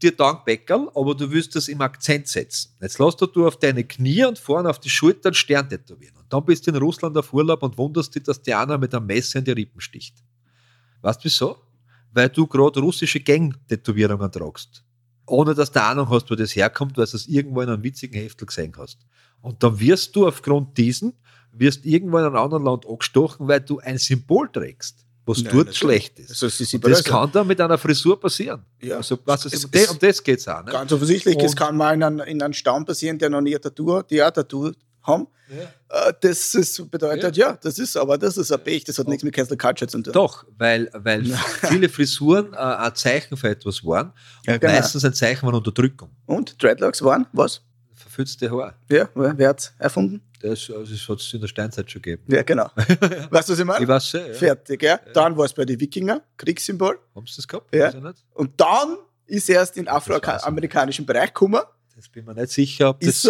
dir da ein Bäckerl, aber du willst das im Akzent setzen. Jetzt lässt du auf deine Knie und vorne auf die Schulter einen Stern tätowieren. Und dann bist du in Russland auf Urlaub und wunderst dich, dass dir einer mit einem Messer in die Rippen sticht. Weißt du wieso? Weil du gerade russische Gang-Tätowierungen tragst. Ohne dass du Ahnung hast, wo das herkommt, weil du es irgendwo in einem witzigen Heftel gesehen hast. Und dann wirst du aufgrund diesen, irgendwo in einem anderen Land angestochen, weil du ein Symbol trägst, was dort natürlich schlecht ist. Also, das kann dann mit einer Frisur passieren. Ja. Also, um das geht es auch. Ne? Ganz offensichtlich, es kann mal in einem Stamm passieren, der noch nie ein Tattoo haben. Ja. Das bedeutet, das ist ein Pech, das hat nichts mit Cancel Culture zu tun. Doch, weil viele Frisuren ein Zeichen für etwas waren. Ja, genau. Meistens ein Zeichen von Unterdrückung. Und Dreadlocks waren was? Verfilzte Haar. Ja, wer hat es erfunden? Das hat es in der Steinzeit schon gegeben. Ja, genau. Weißt du, was ich meine? Ich weiß schon, ja. Fertig, ja. Dann war es bei den Wikinger, Kriegssymbol. Haben sie das gehabt? Ja. Weiß ich nicht. Und dann ist erst in den afroamerikanischen Bereich gekommen. Das bin mir nicht sicher, ob das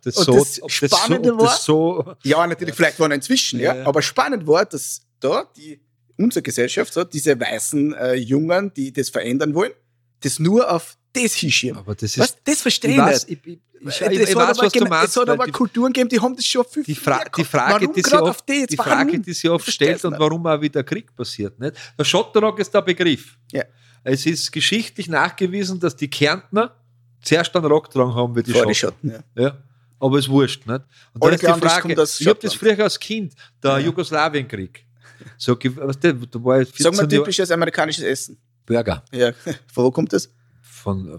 so. Ja, natürlich, vielleicht waren inzwischen, ja. Aber spannend war, dass da unsere Gesellschaft, so, diese weißen Jungen, die das verändern wollen, das nur auf das hinschieben. Aber das ist. Das verstehe ich nicht. Ich weiß, was du meinst. Es hat aber Kulturen gegeben, die haben das schon viel die Frage, die sie oft stellt und warum auch wieder Krieg passiert. Nicht? Der Schottenrock ist der Begriff. Ja. Es ist geschichtlich nachgewiesen, dass die Kärntner zuerst einen Rock getragen haben wie die Schotten. Ja. Aber es wurscht. Nicht? Und dann ist die Frage, ich habe das früher als Kind, der Jugoslawienkrieg. So, da war ich 14 Sag mal typisches amerikanisches Essen. Burger. Ja. Von wo kommt das? Von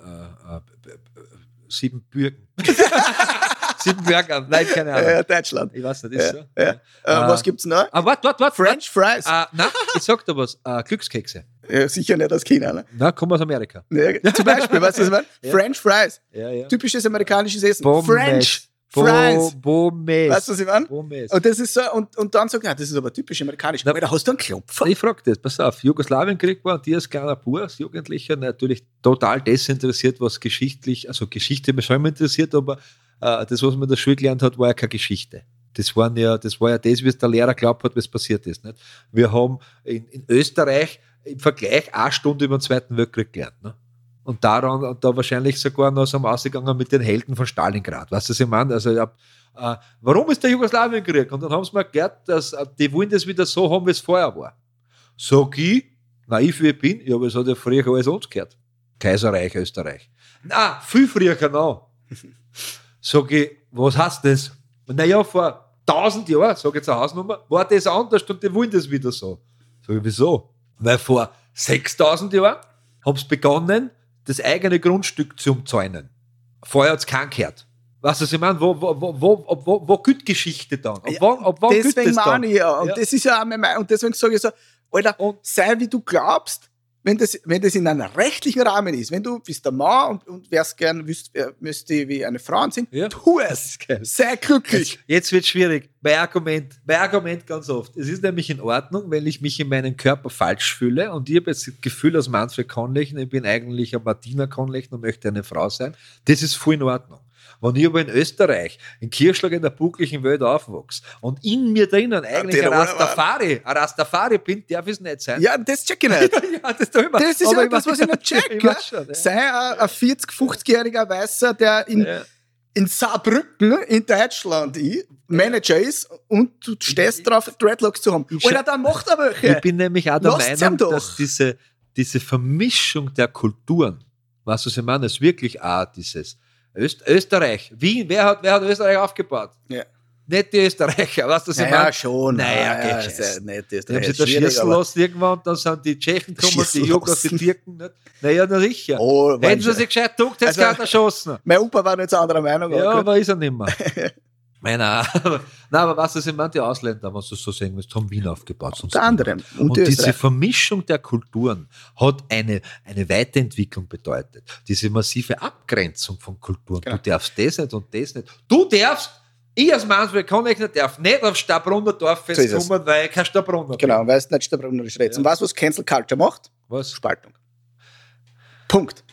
Siebenbürgen. Siebenbürger, nein, keine Ahnung. Ja, Deutschland. Ich weiß nicht, ist so. Ja. Was gibt's noch? Warte. French Fries. Nein, ich sag dir was. Glückskekse. Ja, sicher nicht aus China, ne? Nein, kommen aus Amerika. Ja, zum Beispiel, weißt du, was ich meine? Ja. French Fries. Ja. Typisches amerikanisches Essen. Pommes. French Fries. Pommes. Weißt du, was ich meine? Pommes. Und das ist so, und dann sagt, das ist aber typisch amerikanisch. Aber da hast du einen Klopfer. Ich frage das, pass auf, Jugoslawienkrieg war dir als kleiner Bub, als Jugendlicher natürlich total desinteressiert, was geschichtlich, also Geschichte mich schon immer interessiert, aber das, was man in der Schule gelernt hat, war ja keine Geschichte. Das war ja das, wie es der Lehrer glaubt hat, was passiert ist. Nicht? Wir haben in Österreich im Vergleich 1 Stunde über den Zweiten Weltkrieg gelernt. Ne? Und da wahrscheinlich sogar noch so ausgegangen mit den Helden von Stalingrad. Weißt du, was ich meine? Also, warum ist der Jugoslawienkrieg? Und dann haben sie mir erklärt, dass die wollen das wieder so haben, wie es vorher war. Sag ich, naiv wie ich bin, ja, aber es hat ja früher alles uns gehört. Kaiserreich, Österreich. Na, viel früher noch. Sag ich, was heißt das? Naja, vor 1000 Jahren, sag ich jetzt eine Hausnummer, war das anders und die wollen das wieder so. Sag ich, wieso? Weil vor 6000 Jahren haben sie begonnen, das eigene Grundstück zu umzäunen. Vorher hat es keinen gehört. Weißt du, was ich meine? Wo gilt Geschichte dann? Ab wann gilt das dann? Meine ich ja. Und das ist ja auch mein, und deswegen sage ich so, Alter, sei wie du glaubst, wenn das in einem rechtlichen Rahmen ist, wenn du bist der Mann und wärst gern, müsste wie eine Frau sind, tu es. Sei glücklich. Jetzt wird es schwierig. Mein Argument ganz oft. Es ist nämlich in Ordnung, wenn ich mich in meinem Körper falsch fühle und ich habe jetzt das Gefühl als Manfred Konlechner, ich bin eigentlich ein Martina Konlechner und möchte eine Frau sein. Das ist voll in Ordnung. Wenn ich aber in Österreich, in Kirchschlag in der buckligen Welt aufwachse und in mir drinnen eigentlich ein Rastafari bin, darf es nicht sein. Ja, das check ich nicht. Ja, das tue ich mal. Das ist ja das, was ich nicht check. Sei ein 40-, 50-jähriger Weißer, der in Saarbrücken in Deutschland Manager ist und du stehst drauf, Dreadlocks zu haben. Oder dann macht er welche. Ich bin nämlich auch der Meinung, dass diese Vermischung der Kulturen, was ich meine, ist wirklich auch dieses Österreich, Wien, wer hat Österreich aufgebaut? Ja. Nicht die Österreicher, weißt du, was ich meine? Ja, schon. Naja, ist ja nicht die haben sich da schießen lassen irgendwann und dann sind die Tschechen gekommen, die Jugos, die Türken. Nicht? Naja, na sicher. Oh, hätten sie sich gescheit gedruckt, hätten sie gar nicht erschossen. Mein Opa war nicht so anderer Meinung. Ja, aber ist er nicht mehr. Nein, aber was sind manche Ausländer, wenn du so sagen willst, haben Wien aufgebaut. Unter anderem. Und diese Vermischung der Kulturen hat eine Weiterentwicklung bedeutet. Diese massive Abgrenzung von Kulturen. Genau. Du darfst das nicht und das nicht. Du darfst, ich als Manfred Konlechner darf nicht auf Stabbrunner Dorffest kommen, weil ich kein Stabbrunner bin. Genau, weil es nicht Stabbrunner ist. Und weißt du, was Cancel Culture macht? Was? Spaltung. Punkt.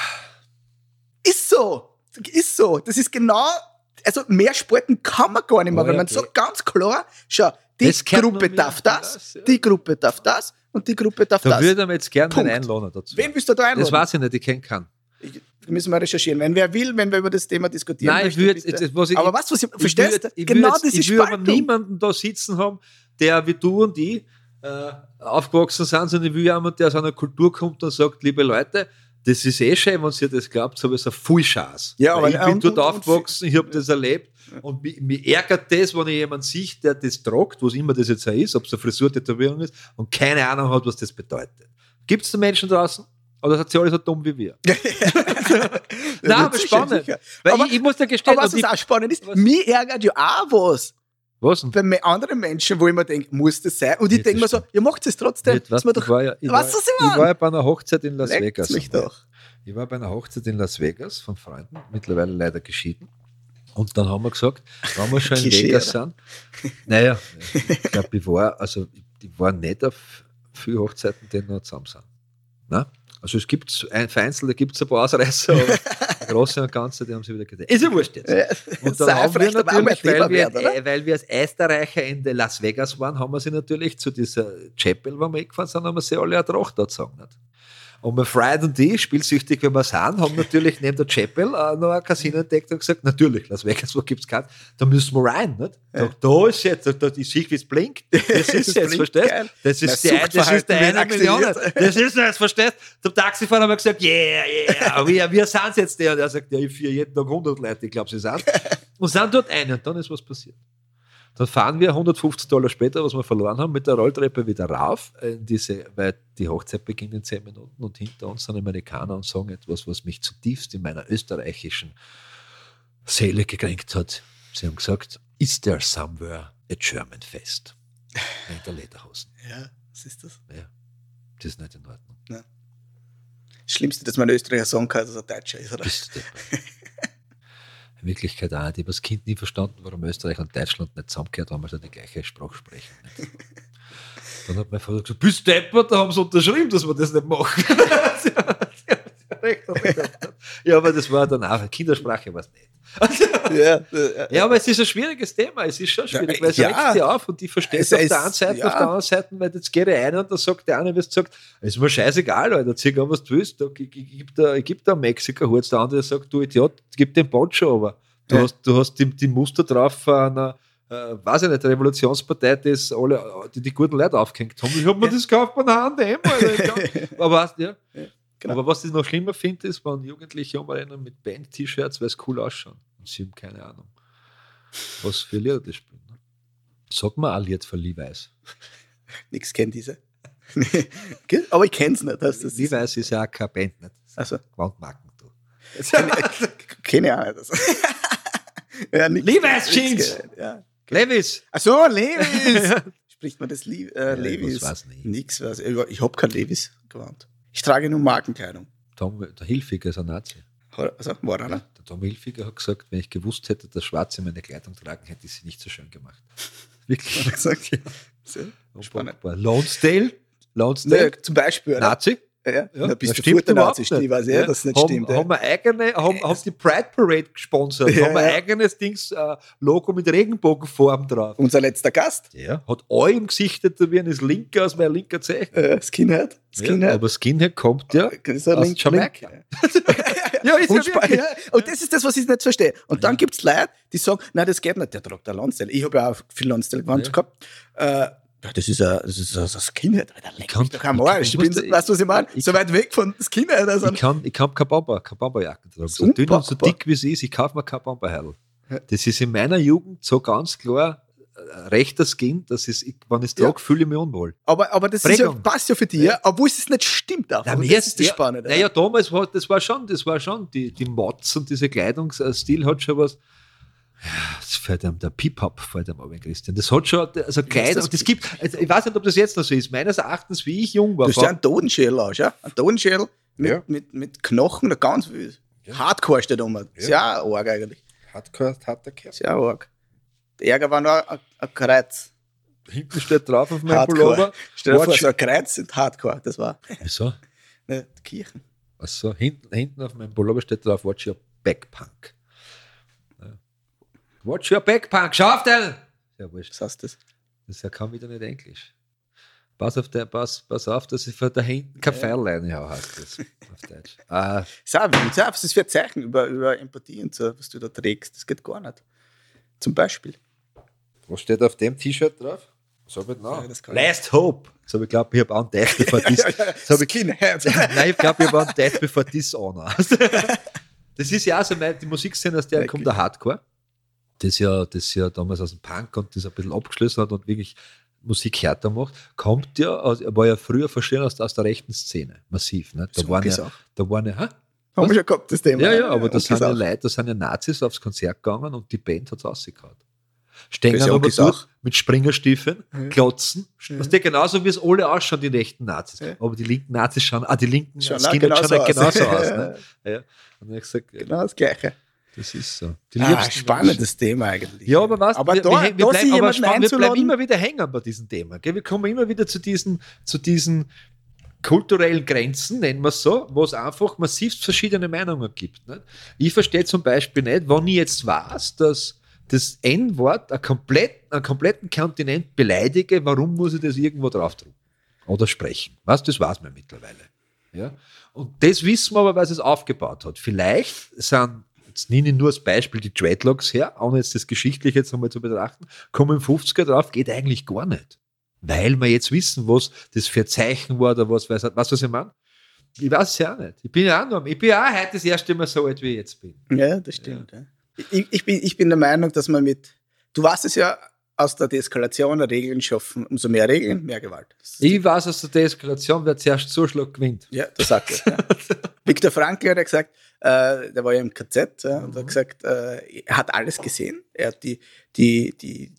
Ist so. Das ist genau... Also mehr spalten kann man gar nicht mehr, weil man sagt ganz klar, schau, die Gruppe darf das, die Gruppe darf das und die Gruppe darf das. Da würde man jetzt gerne einen einladen dazu. Wen willst du da einladen? Das weiß ich nicht, ich kenne keinen. Müssen wir recherchieren. Wenn wer will, wenn wir über das Thema diskutieren Nein, möchte, ich bitte. würde, was ich, aber was ich verstehst du? Ich Genau würde diese ich würde aber Spaltung. niemanden da sitzen haben, der wie du und ich aufgewachsen sind, sondern ich will jemanden, der aus einer Kultur kommt und sagt, liebe Leute, das ist eh schön, wenn ihr das glaubt, aber es ist ein Vollscheiß. Ja, aber ich bin dort aufgewachsen, ich habe das erlebt und mich ärgert das, wenn ich jemanden sehe, der das tragt, was immer das jetzt auch ist, ob es eine Frisur-Tätowierung ist und keine Ahnung hat, was das bedeutet. Gibt es da Menschen draußen? Oder sind sie alle so dumm wie wir? Nein, aber spannend. Sicher. Weil Aber, ich muss dir gestehen, aber was auch spannend ist, mich ärgert ja auch was. Was denn? Bei anderen Menschen, wo ich mir denke, muss das sein? Und ich denke mir so, ihr macht es trotzdem. Nicht, was, ich war ja bei einer Hochzeit in Las Vegas. Mich doch. Ich war bei einer Hochzeit in Las Vegas von Freunden, mittlerweile leider geschieden. Und dann haben wir gesagt, wenn wir schon in Vegas sind, naja, ich glaube, ich war nicht auf viele Hochzeiten, die noch zusammen sind. Na? Also es gibt vereinzelte, gibt es ein paar Ausreißer, aber große und ganze, die haben sie wieder gedacht. Ist ja wurscht jetzt. Und dann haben wir natürlich, weil wir als Österreicher in Las Vegas waren, haben wir sie natürlich zu dieser Chapel, wo wir hingefahren sind, haben wir sie alle eine Tracht gezogen. Nicht? Und mein Freund und ich, spielsüchtig wie wir sind, haben natürlich neben der Chapel noch ein Casino entdeckt und gesagt, natürlich, Las Vegas, wo gibt es keinen, da müssen wir rein. Nicht? Ja. Da ist jetzt, ich sehe, wie es blinkt. Das ist jetzt, verstehst du? Das ist der 1 Million. Das ist jetzt, verstehst du? Der Taxifahrer haben wir gesagt, yeah, wir sind jetzt der. Und er sagt, ja, ich führe jeden Tag 100 Leute, ich glaube, sie sind. Und sind dort ein und dann ist was passiert. Dann fahren wir $150 später, was wir verloren haben, mit der Rolltreppe wieder rauf, weil die Hochzeit beginnt in 10 Minuten und hinter uns sind Amerikaner und sagen etwas, was mich zutiefst in meiner österreichischen Seele gekränkt hat. Sie haben gesagt, is there somewhere a German Fest? In der Lederhosen. Ja, was ist das? Ja, das ist nicht in Ordnung. Ja. Das Schlimmste, dass man Österreicher sagen kann, dass er Deutscher ist, oder? In Wirklichkeit auch nicht. Ich habe als Kind nie verstanden, warum Österreich und Deutschland nicht zusammengehört haben, weil sie die gleiche Sprache sprechen. Dann hat mein Vater gesagt, bist du deppert, da haben sie unterschrieben, dass wir das nicht machen. Ja, aber das war dann auch, Kindersprache war es nicht. Ja, aber es ist ein schwieriges Thema, es ist schon schwierig, weil es regt sich auf und ich verstehe es auf der einen Seite, auf der anderen Seite, weil jetzt geht er ein und dann sagt der eine, wie es sagt, es ist mir scheißegal, Alter, zieh an, was du willst, ich gebe da einen Mexiko-Hurz, der andere sagt, du Idiot, gib den Poncho, aber du hast die Muster drauf von einer, weiß ich nicht, der Revolutionspartei, die guten Leute aufgehängt haben. Ich habe mir das gekauft bei einer H&M, aber weißt du, Genau. Aber was ich noch schlimmer finde, ist, wenn Jugendliche umrennen mit Band-T-Shirts, weil es cool ausschauen. Und sie haben keine Ahnung, was für Lieder das spielen. Ne? Sag mal ein Lied von Levi's. Nix kennt diese. Aber ich kenne es nicht. Levi's ist ja auch keine Band, nicht. Also. Gewandmarken. Keine Ahnung. Ja, Levi's Jeans! Ja. Levi's! Achso, Levi's! Spricht man das Levi's? Ich weiß nicht. Nix. Ich habe kein Levi's gewandt. Ich trage nur Markenkleidung. Der Hilfiger ist ein Nazi. Also, war einer? Der Tom Hilfiger hat gesagt, wenn ich gewusst hätte, dass Schwarze meine Kleidung tragen, hätte ich sie nicht so schön gemacht. Wirklich? Hat er gesagt? Ja. Spannend. Lonsdale? Nee, zum Beispiel. Oder? Nazi? Ja. Ja, bist du der Nazi, ich weiß ja, dass es nicht stimmt. Haben die Pride Parade gesponsert, haben ein eigenes Logo mit Regenbogenform drauf. Unser letzter Gast. Ja, hat alle im Gesicht tätowieren, ist linker aus meiner linker Zeichen. Skinhead. Ja, aber Skinhead kommt ja aus Jamaika. Ja, ist ja. Und das ist das, was ich nicht verstehe. Und dann gibt es Leute, die sagen, nein, das geht nicht, der tragt ein Lonsdale. Ich habe ja auch viel Lonsdale gewandt gehabt. Das ist ein Skinhead, Alter. Leck mich doch am Arsch. Weißt du, was ich meine? So weit weg von Skinhead. Also ich kann keine Bomberjacken tragen. So dünn und so dick wie sie ist, ich kaufe mir keine Bomberheidel. Das ist in meiner Jugend so ganz klar rechter Skin, dass wenn ich es trage, fühle ich mich unwohl. Aber das ist passt ja für dich, obwohl es nicht stimmt. Auch. Das ist das Spannende. Naja, damals das war schon die Mods und dieser Kleidungsstil hat schon was. Ja, das fällt einem der Pip-Hop, fällt einem aber Christian. Das hat schon, also Kleidung, das gibt, also ich weiß nicht, ob das jetzt noch so ist, meines Erachtens, wie ich jung war. Du hast ja einen Totenschädel aus, ja? Ein Totenschädel mit Knochen, ganz viel. Ja. Hardcore steht da. Ist ja auch arg eigentlich. Hardcore hat der Kerl. Ist ja auch arg. Der Ärger war nur ein Kreuz. Hinten steht drauf auf meinem Pullover. Stell dir vor, so ein Kreuz und Hardcore, das war. Wieso? Ne, die Kirchen. Achso, hinten auf meinem Pullover steht drauf, watch your backpunk. Watch your backpunk, schau auf den! Ja, wurscht. Was heißt das? Das kann wieder nicht Englisch. Pass auf, dass ich von da hinten kein Pfeil reinhau, heißt das auf Deutsch. Das ist für ein Zeichen über Empathie und so, was du da trägst. Das geht gar nicht. Zum Beispiel. Was steht auf dem T-Shirt drauf? Was habe ich noch? Ja, das kann Last Hope. So, ich glaube, ich habe auch Death before this. Skinhead. Nein, ich glaube, ich habe auch Death before Dishonor. Das ist ja auch so, die Musikszene, aus der kommt der Hardcore. Das ja damals aus dem Punk und das ein bisschen abgeschlossen hat und wirklich Musik härter macht, kommt ja, war ja früher verstehen aus der rechten Szene, massiv. Ne? Da waren ja, haben wir schon gehabt, das Thema. Ja, aber da sind ja Leute, da sind ja Nazis aufs Konzert gegangen und die Band hat es rausgehauen. Stehen aber dort mit Springerstiefeln, klotzen. Was der genauso wie es alle ausschauen, die rechten Nazis. Ja. Aber die linken Nazis schauen genauso aus. Ne? Ja. Und ich gesagt, genau das Gleiche. Das ist so. Spannendes Thema eigentlich. Ja, aber was? Wir bleiben immer wieder hängen bei diesem Thema. Gell? Wir kommen immer wieder zu diesen kulturellen Grenzen, nennen wir es so, wo es einfach massivst verschiedene Meinungen gibt. Nicht? Ich verstehe zum Beispiel nicht, wenn ich jetzt weiß, dass das N-Wort einen kompletten Kontinent beleidige, warum muss ich das irgendwo draufdrücken oder sprechen? Das weiß man mittlerweile. Ja? Und das wissen wir aber, weil es aufgebaut hat. Vielleicht sind, jetzt nehme ich nur als Beispiel die Dreadlocks her, ohne jetzt das Geschichtliche jetzt einmal zu betrachten, kommen im 50er drauf, geht eigentlich gar nicht. Weil wir jetzt wissen, was das für ein Zeichen war oder was ich meine? Ich weiß es ja auch nicht. Ich bin ja auch heute das erste Mal so alt, wie ich jetzt bin. Ja, das stimmt. Ja. Ich bin der Meinung, dass man du weißt es ja, aus der Deeskalation Regeln schaffen, umso mehr Regeln, mehr Gewalt. Ich weiß aus der Deeskalation, wer zuerst zuschlägt, gewinnt. Ja, das sagt er. Ja. Viktor Frankl hat ja gesagt, der war ja im KZ und hat gesagt, er hat alles gesehen. Er hat die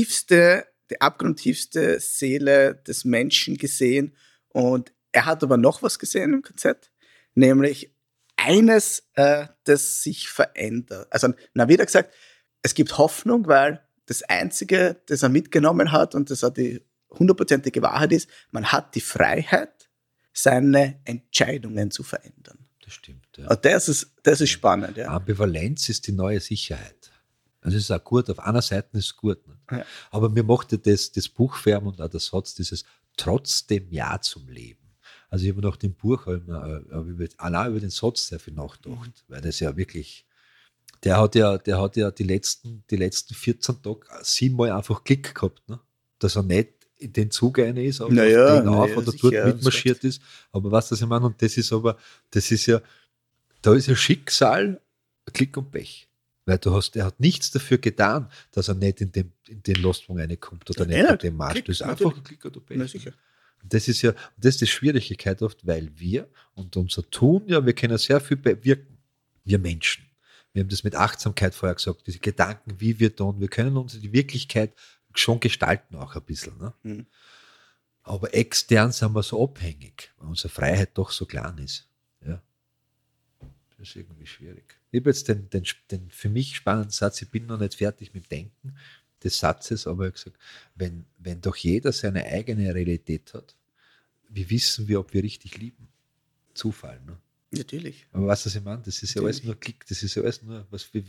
abgrundtiefste Seele des Menschen gesehen und er hat aber noch was gesehen im KZ, nämlich eines, das sich verändert. Also, wieder gesagt, es gibt Hoffnung, weil das Einzige, das er mitgenommen hat und das auch die 100%ige Wahrheit ist, man hat die Freiheit, seine Entscheidungen zu verändern. Das stimmt. Ja. Und das ist spannend. Ja. Ambivalenz ist die neue Sicherheit. Das ist auch gut. Auf einer Seite ist es gut. Ja. Aber mir mochte das Buchfärben und auch der Satz, dieses trotzdem Ja zum Leben. Also ich habe nach dem Buch allein über den Satz sehr viel nachgedacht, weil das ja wirklich, der hat ja die letzten 14 Tage 7 Mal einfach Klick gehabt, ne? Dass er nicht in den Zug rein ist, aber oder dort mitmarschiert ist. Aber was das ich meine, und das ist ja, da ist ja Schicksal, Klick und Pech. Weil er hat nichts dafür getan, dass er nicht in den Lostwagen reinkommt oder nicht in den Marsch. Das ist einfach ein Klick oder Pech. Na, sicher. Das ist die Schwierigkeit oft, weil wir und unser Tun, wir können sehr viel bewirken. Wir Menschen. Wir haben das mit Achtsamkeit vorher gesagt, diese Gedanken, wie wir tun. Wir können uns die Wirklichkeit schon gestalten auch ein bisschen. Ne? Mhm. Aber extern sind wir so abhängig, weil unsere Freiheit doch so klein ist. Ja. Das ist irgendwie schwierig. Ich habe jetzt den für mich spannenden Satz, ich bin noch nicht fertig mit dem Denken des Satzes, aber ich habe gesagt, wenn doch jeder seine eigene Realität hat, wie wissen wir, ob wir richtig lieben? Zufall, ne? Natürlich. Aber was ich meine, das ist ja alles nur Klick, das ist ja alles nur,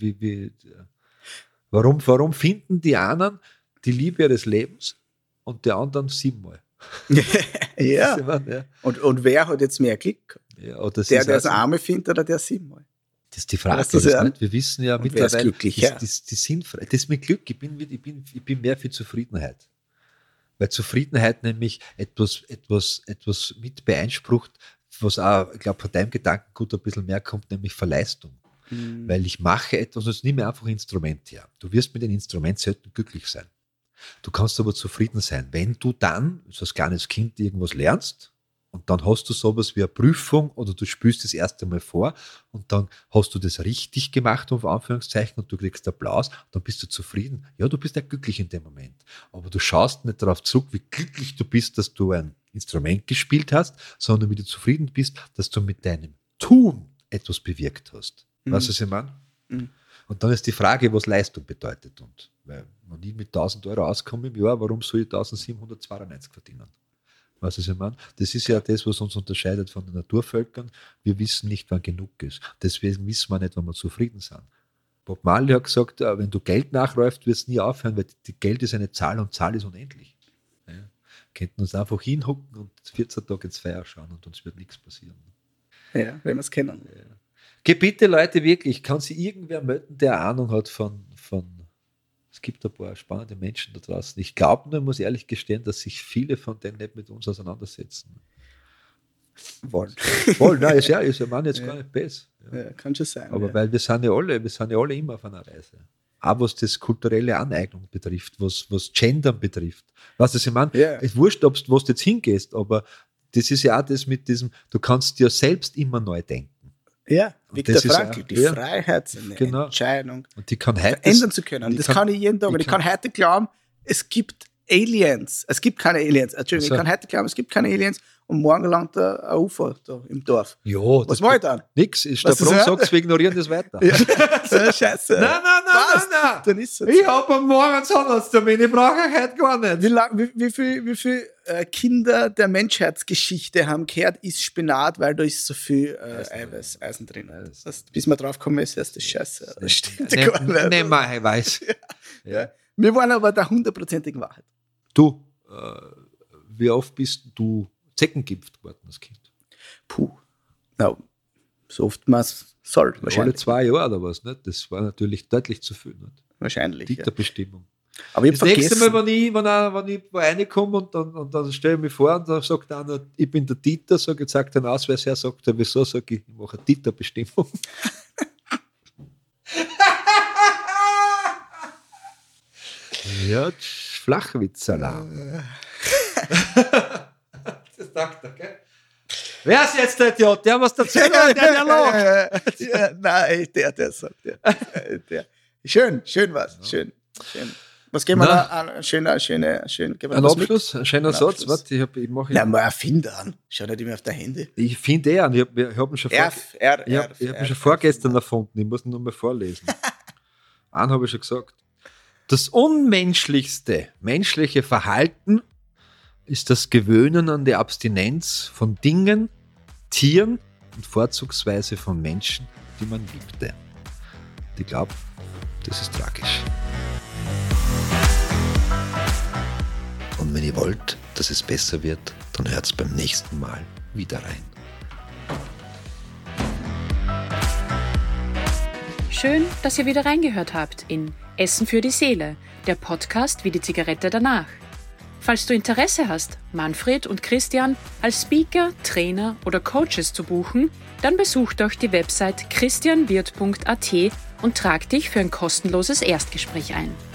warum finden die einen die Liebe ihres Lebens und die anderen 7-mal? Ja. Ja. Und wer hat jetzt mehr Klick? Ja, der das Arme findet oder der 7-mal? Das ist die Frage. Nicht? Wir wissen ja mittlerweile, die Sinnfrei. Das mit Glück, ich bin mehr für Zufriedenheit. Weil Zufriedenheit nämlich etwas mit beeinsprucht, was auch, ich glaube, von deinem Gedankengut ein bisschen mehr kommt, nämlich Verleistung. Mhm. Weil ich mache etwas, und es nehme einfach ein Instrument her. Du wirst mit dem Instrument selten glücklich sein. Du kannst aber zufrieden sein, wenn du dann als kleines Kind irgendwas lernst und dann hast du sowas wie eine Prüfung oder du spielst das erste Mal vor und dann hast du das richtig gemacht, auf Anführungszeichen, und du kriegst Applaus, dann bist du zufrieden. Ja, du bist ja glücklich in dem Moment. Aber du schaust nicht darauf zurück, wie glücklich du bist, dass du ein Instrument gespielt hast, sondern wie du zufrieden bist, dass du mit deinem Tun etwas bewirkt hast. Mhm. Weißt du, was ich meine? Mhm. Und dann ist die Frage, was Leistung bedeutet. Und weil, wenn ich mit 1.000 Euro auskomme im Jahr, warum soll ich 1.792 verdienen? Weißt du, was ich meine? Das ist ja das, was uns unterscheidet von den Naturvölkern. Wir wissen nicht, wann genug ist. Deswegen wissen wir nicht, wann wir zufrieden sind. Bob Marley hat gesagt, wenn du Geld nachläufst, wird es nie aufhören, weil Geld ist eine Zahl und Zahl ist unendlich. Ja. könnten uns einfach hinhocken und 14 Tage ins Feuer schauen und uns wird nichts passieren. Ja, wenn wir es kennen. Ja. Geh bitte, Leute, wirklich, kann sich irgendwer melden, der Ahnung hat von es gibt ein paar spannende Menschen da draußen. Ich glaube nur, muss ehrlich gestehen, dass sich viele von denen nicht mit uns auseinandersetzen Wollen. Nein, ist ja Mann jetzt gar nicht besser. Ja, kann schon sein. Aber weil wir sind ja alle immer auf einer Reise. Auch was das kulturelle Aneignung betrifft, was Gendern betrifft. Weißt du, was ich meine? Ja. Es ist wurscht, ob du jetzt hingehst, aber das ist ja auch das mit diesem, du kannst dir selbst immer neu denken. Ja, Viktor das ist Frankl, auch- die ja. Freiheit, eine Genau. Entscheidung Und die kann heute ändern zu können. die Das kann ich jeden Tag. die Und ich kann heute glauben, es gibt Aliens. Es gibt keine Aliens. Entschuldigung, Also- ich kann heute glauben, es gibt keine Aliens und morgen langt ein UFO da im Dorf. Ja, Was mache ich dann? Nix. Ist der Was ist Brom das? sagt, wir ignorieren das weiter. Ja. So, scheiße. Was? nein. Dann ist es. Ich habe am Morgen Zahnarzttermin, ich brauche heute gar nicht. Wie viel Kinder der Menschheitsgeschichte haben gehört, ist Spinat, weil da ist so viel Eisen drin. Bis man drauf kommen ist, das scheiße. Das stimmt ja gar nicht. Nein, ich weiß. Ja. Wir waren aber der 100%igen Wahrheit. Du, wie oft bist du Zeckengeimpft geworden als Kind? Puh. No. So oft man es soll. Alle Wahrscheinlich. 2 Jahre oder was, nicht? Das war natürlich deutlich zu viel. Nicht? Wahrscheinlich. Ja. Dikterbestimmung. Aber ich Das habe nächste vergessen. Mal, wenn ich wo reinkomme und dann stelle ich mich vor und dann sagt einer, ich bin der Dieter, sage ich, zeig den Ausweis her, sagt er, wieso, sage ich mache eine Dieterbestimmung. Ja, Flachwitzalarm. Das sagt er, gell? Wer ist jetzt der Idiot? Der was erzählt hat, der lacht. Ja, nein, der sagt, der. Schön was. Schön. Was geben wir Na. da an? Schön, geben wir Ein was mit? Abschluss, ein schöner Ein Satz. Abschluss. Warte, ich mache. Nein, mal erfinden an. Schau nicht immer auf dein Handy. Ich finde ich habe ihn schon ich hab ihn schon vorgestern erfunden. Ich muss ihn nur mal vorlesen. Einen habe ich schon gesagt. Das unmenschlichste menschliche Verhalten ist das Gewöhnen an die Abstinenz von Dingen, Tieren und vorzugsweise von Menschen, die man liebte. Ich glaube, das ist tragisch. Und wenn ihr wollt, dass es besser wird, dann hört beim nächsten Mal wieder rein. Schön, dass ihr wieder reingehört habt in Essen für die Seele, der Podcast wie die Zigarette danach. Falls du Interesse hast, Manfred und Christian als Speaker, Trainer oder Coaches zu buchen, dann besuch doch die Website christianwirt.at und trag dich für ein kostenloses Erstgespräch ein.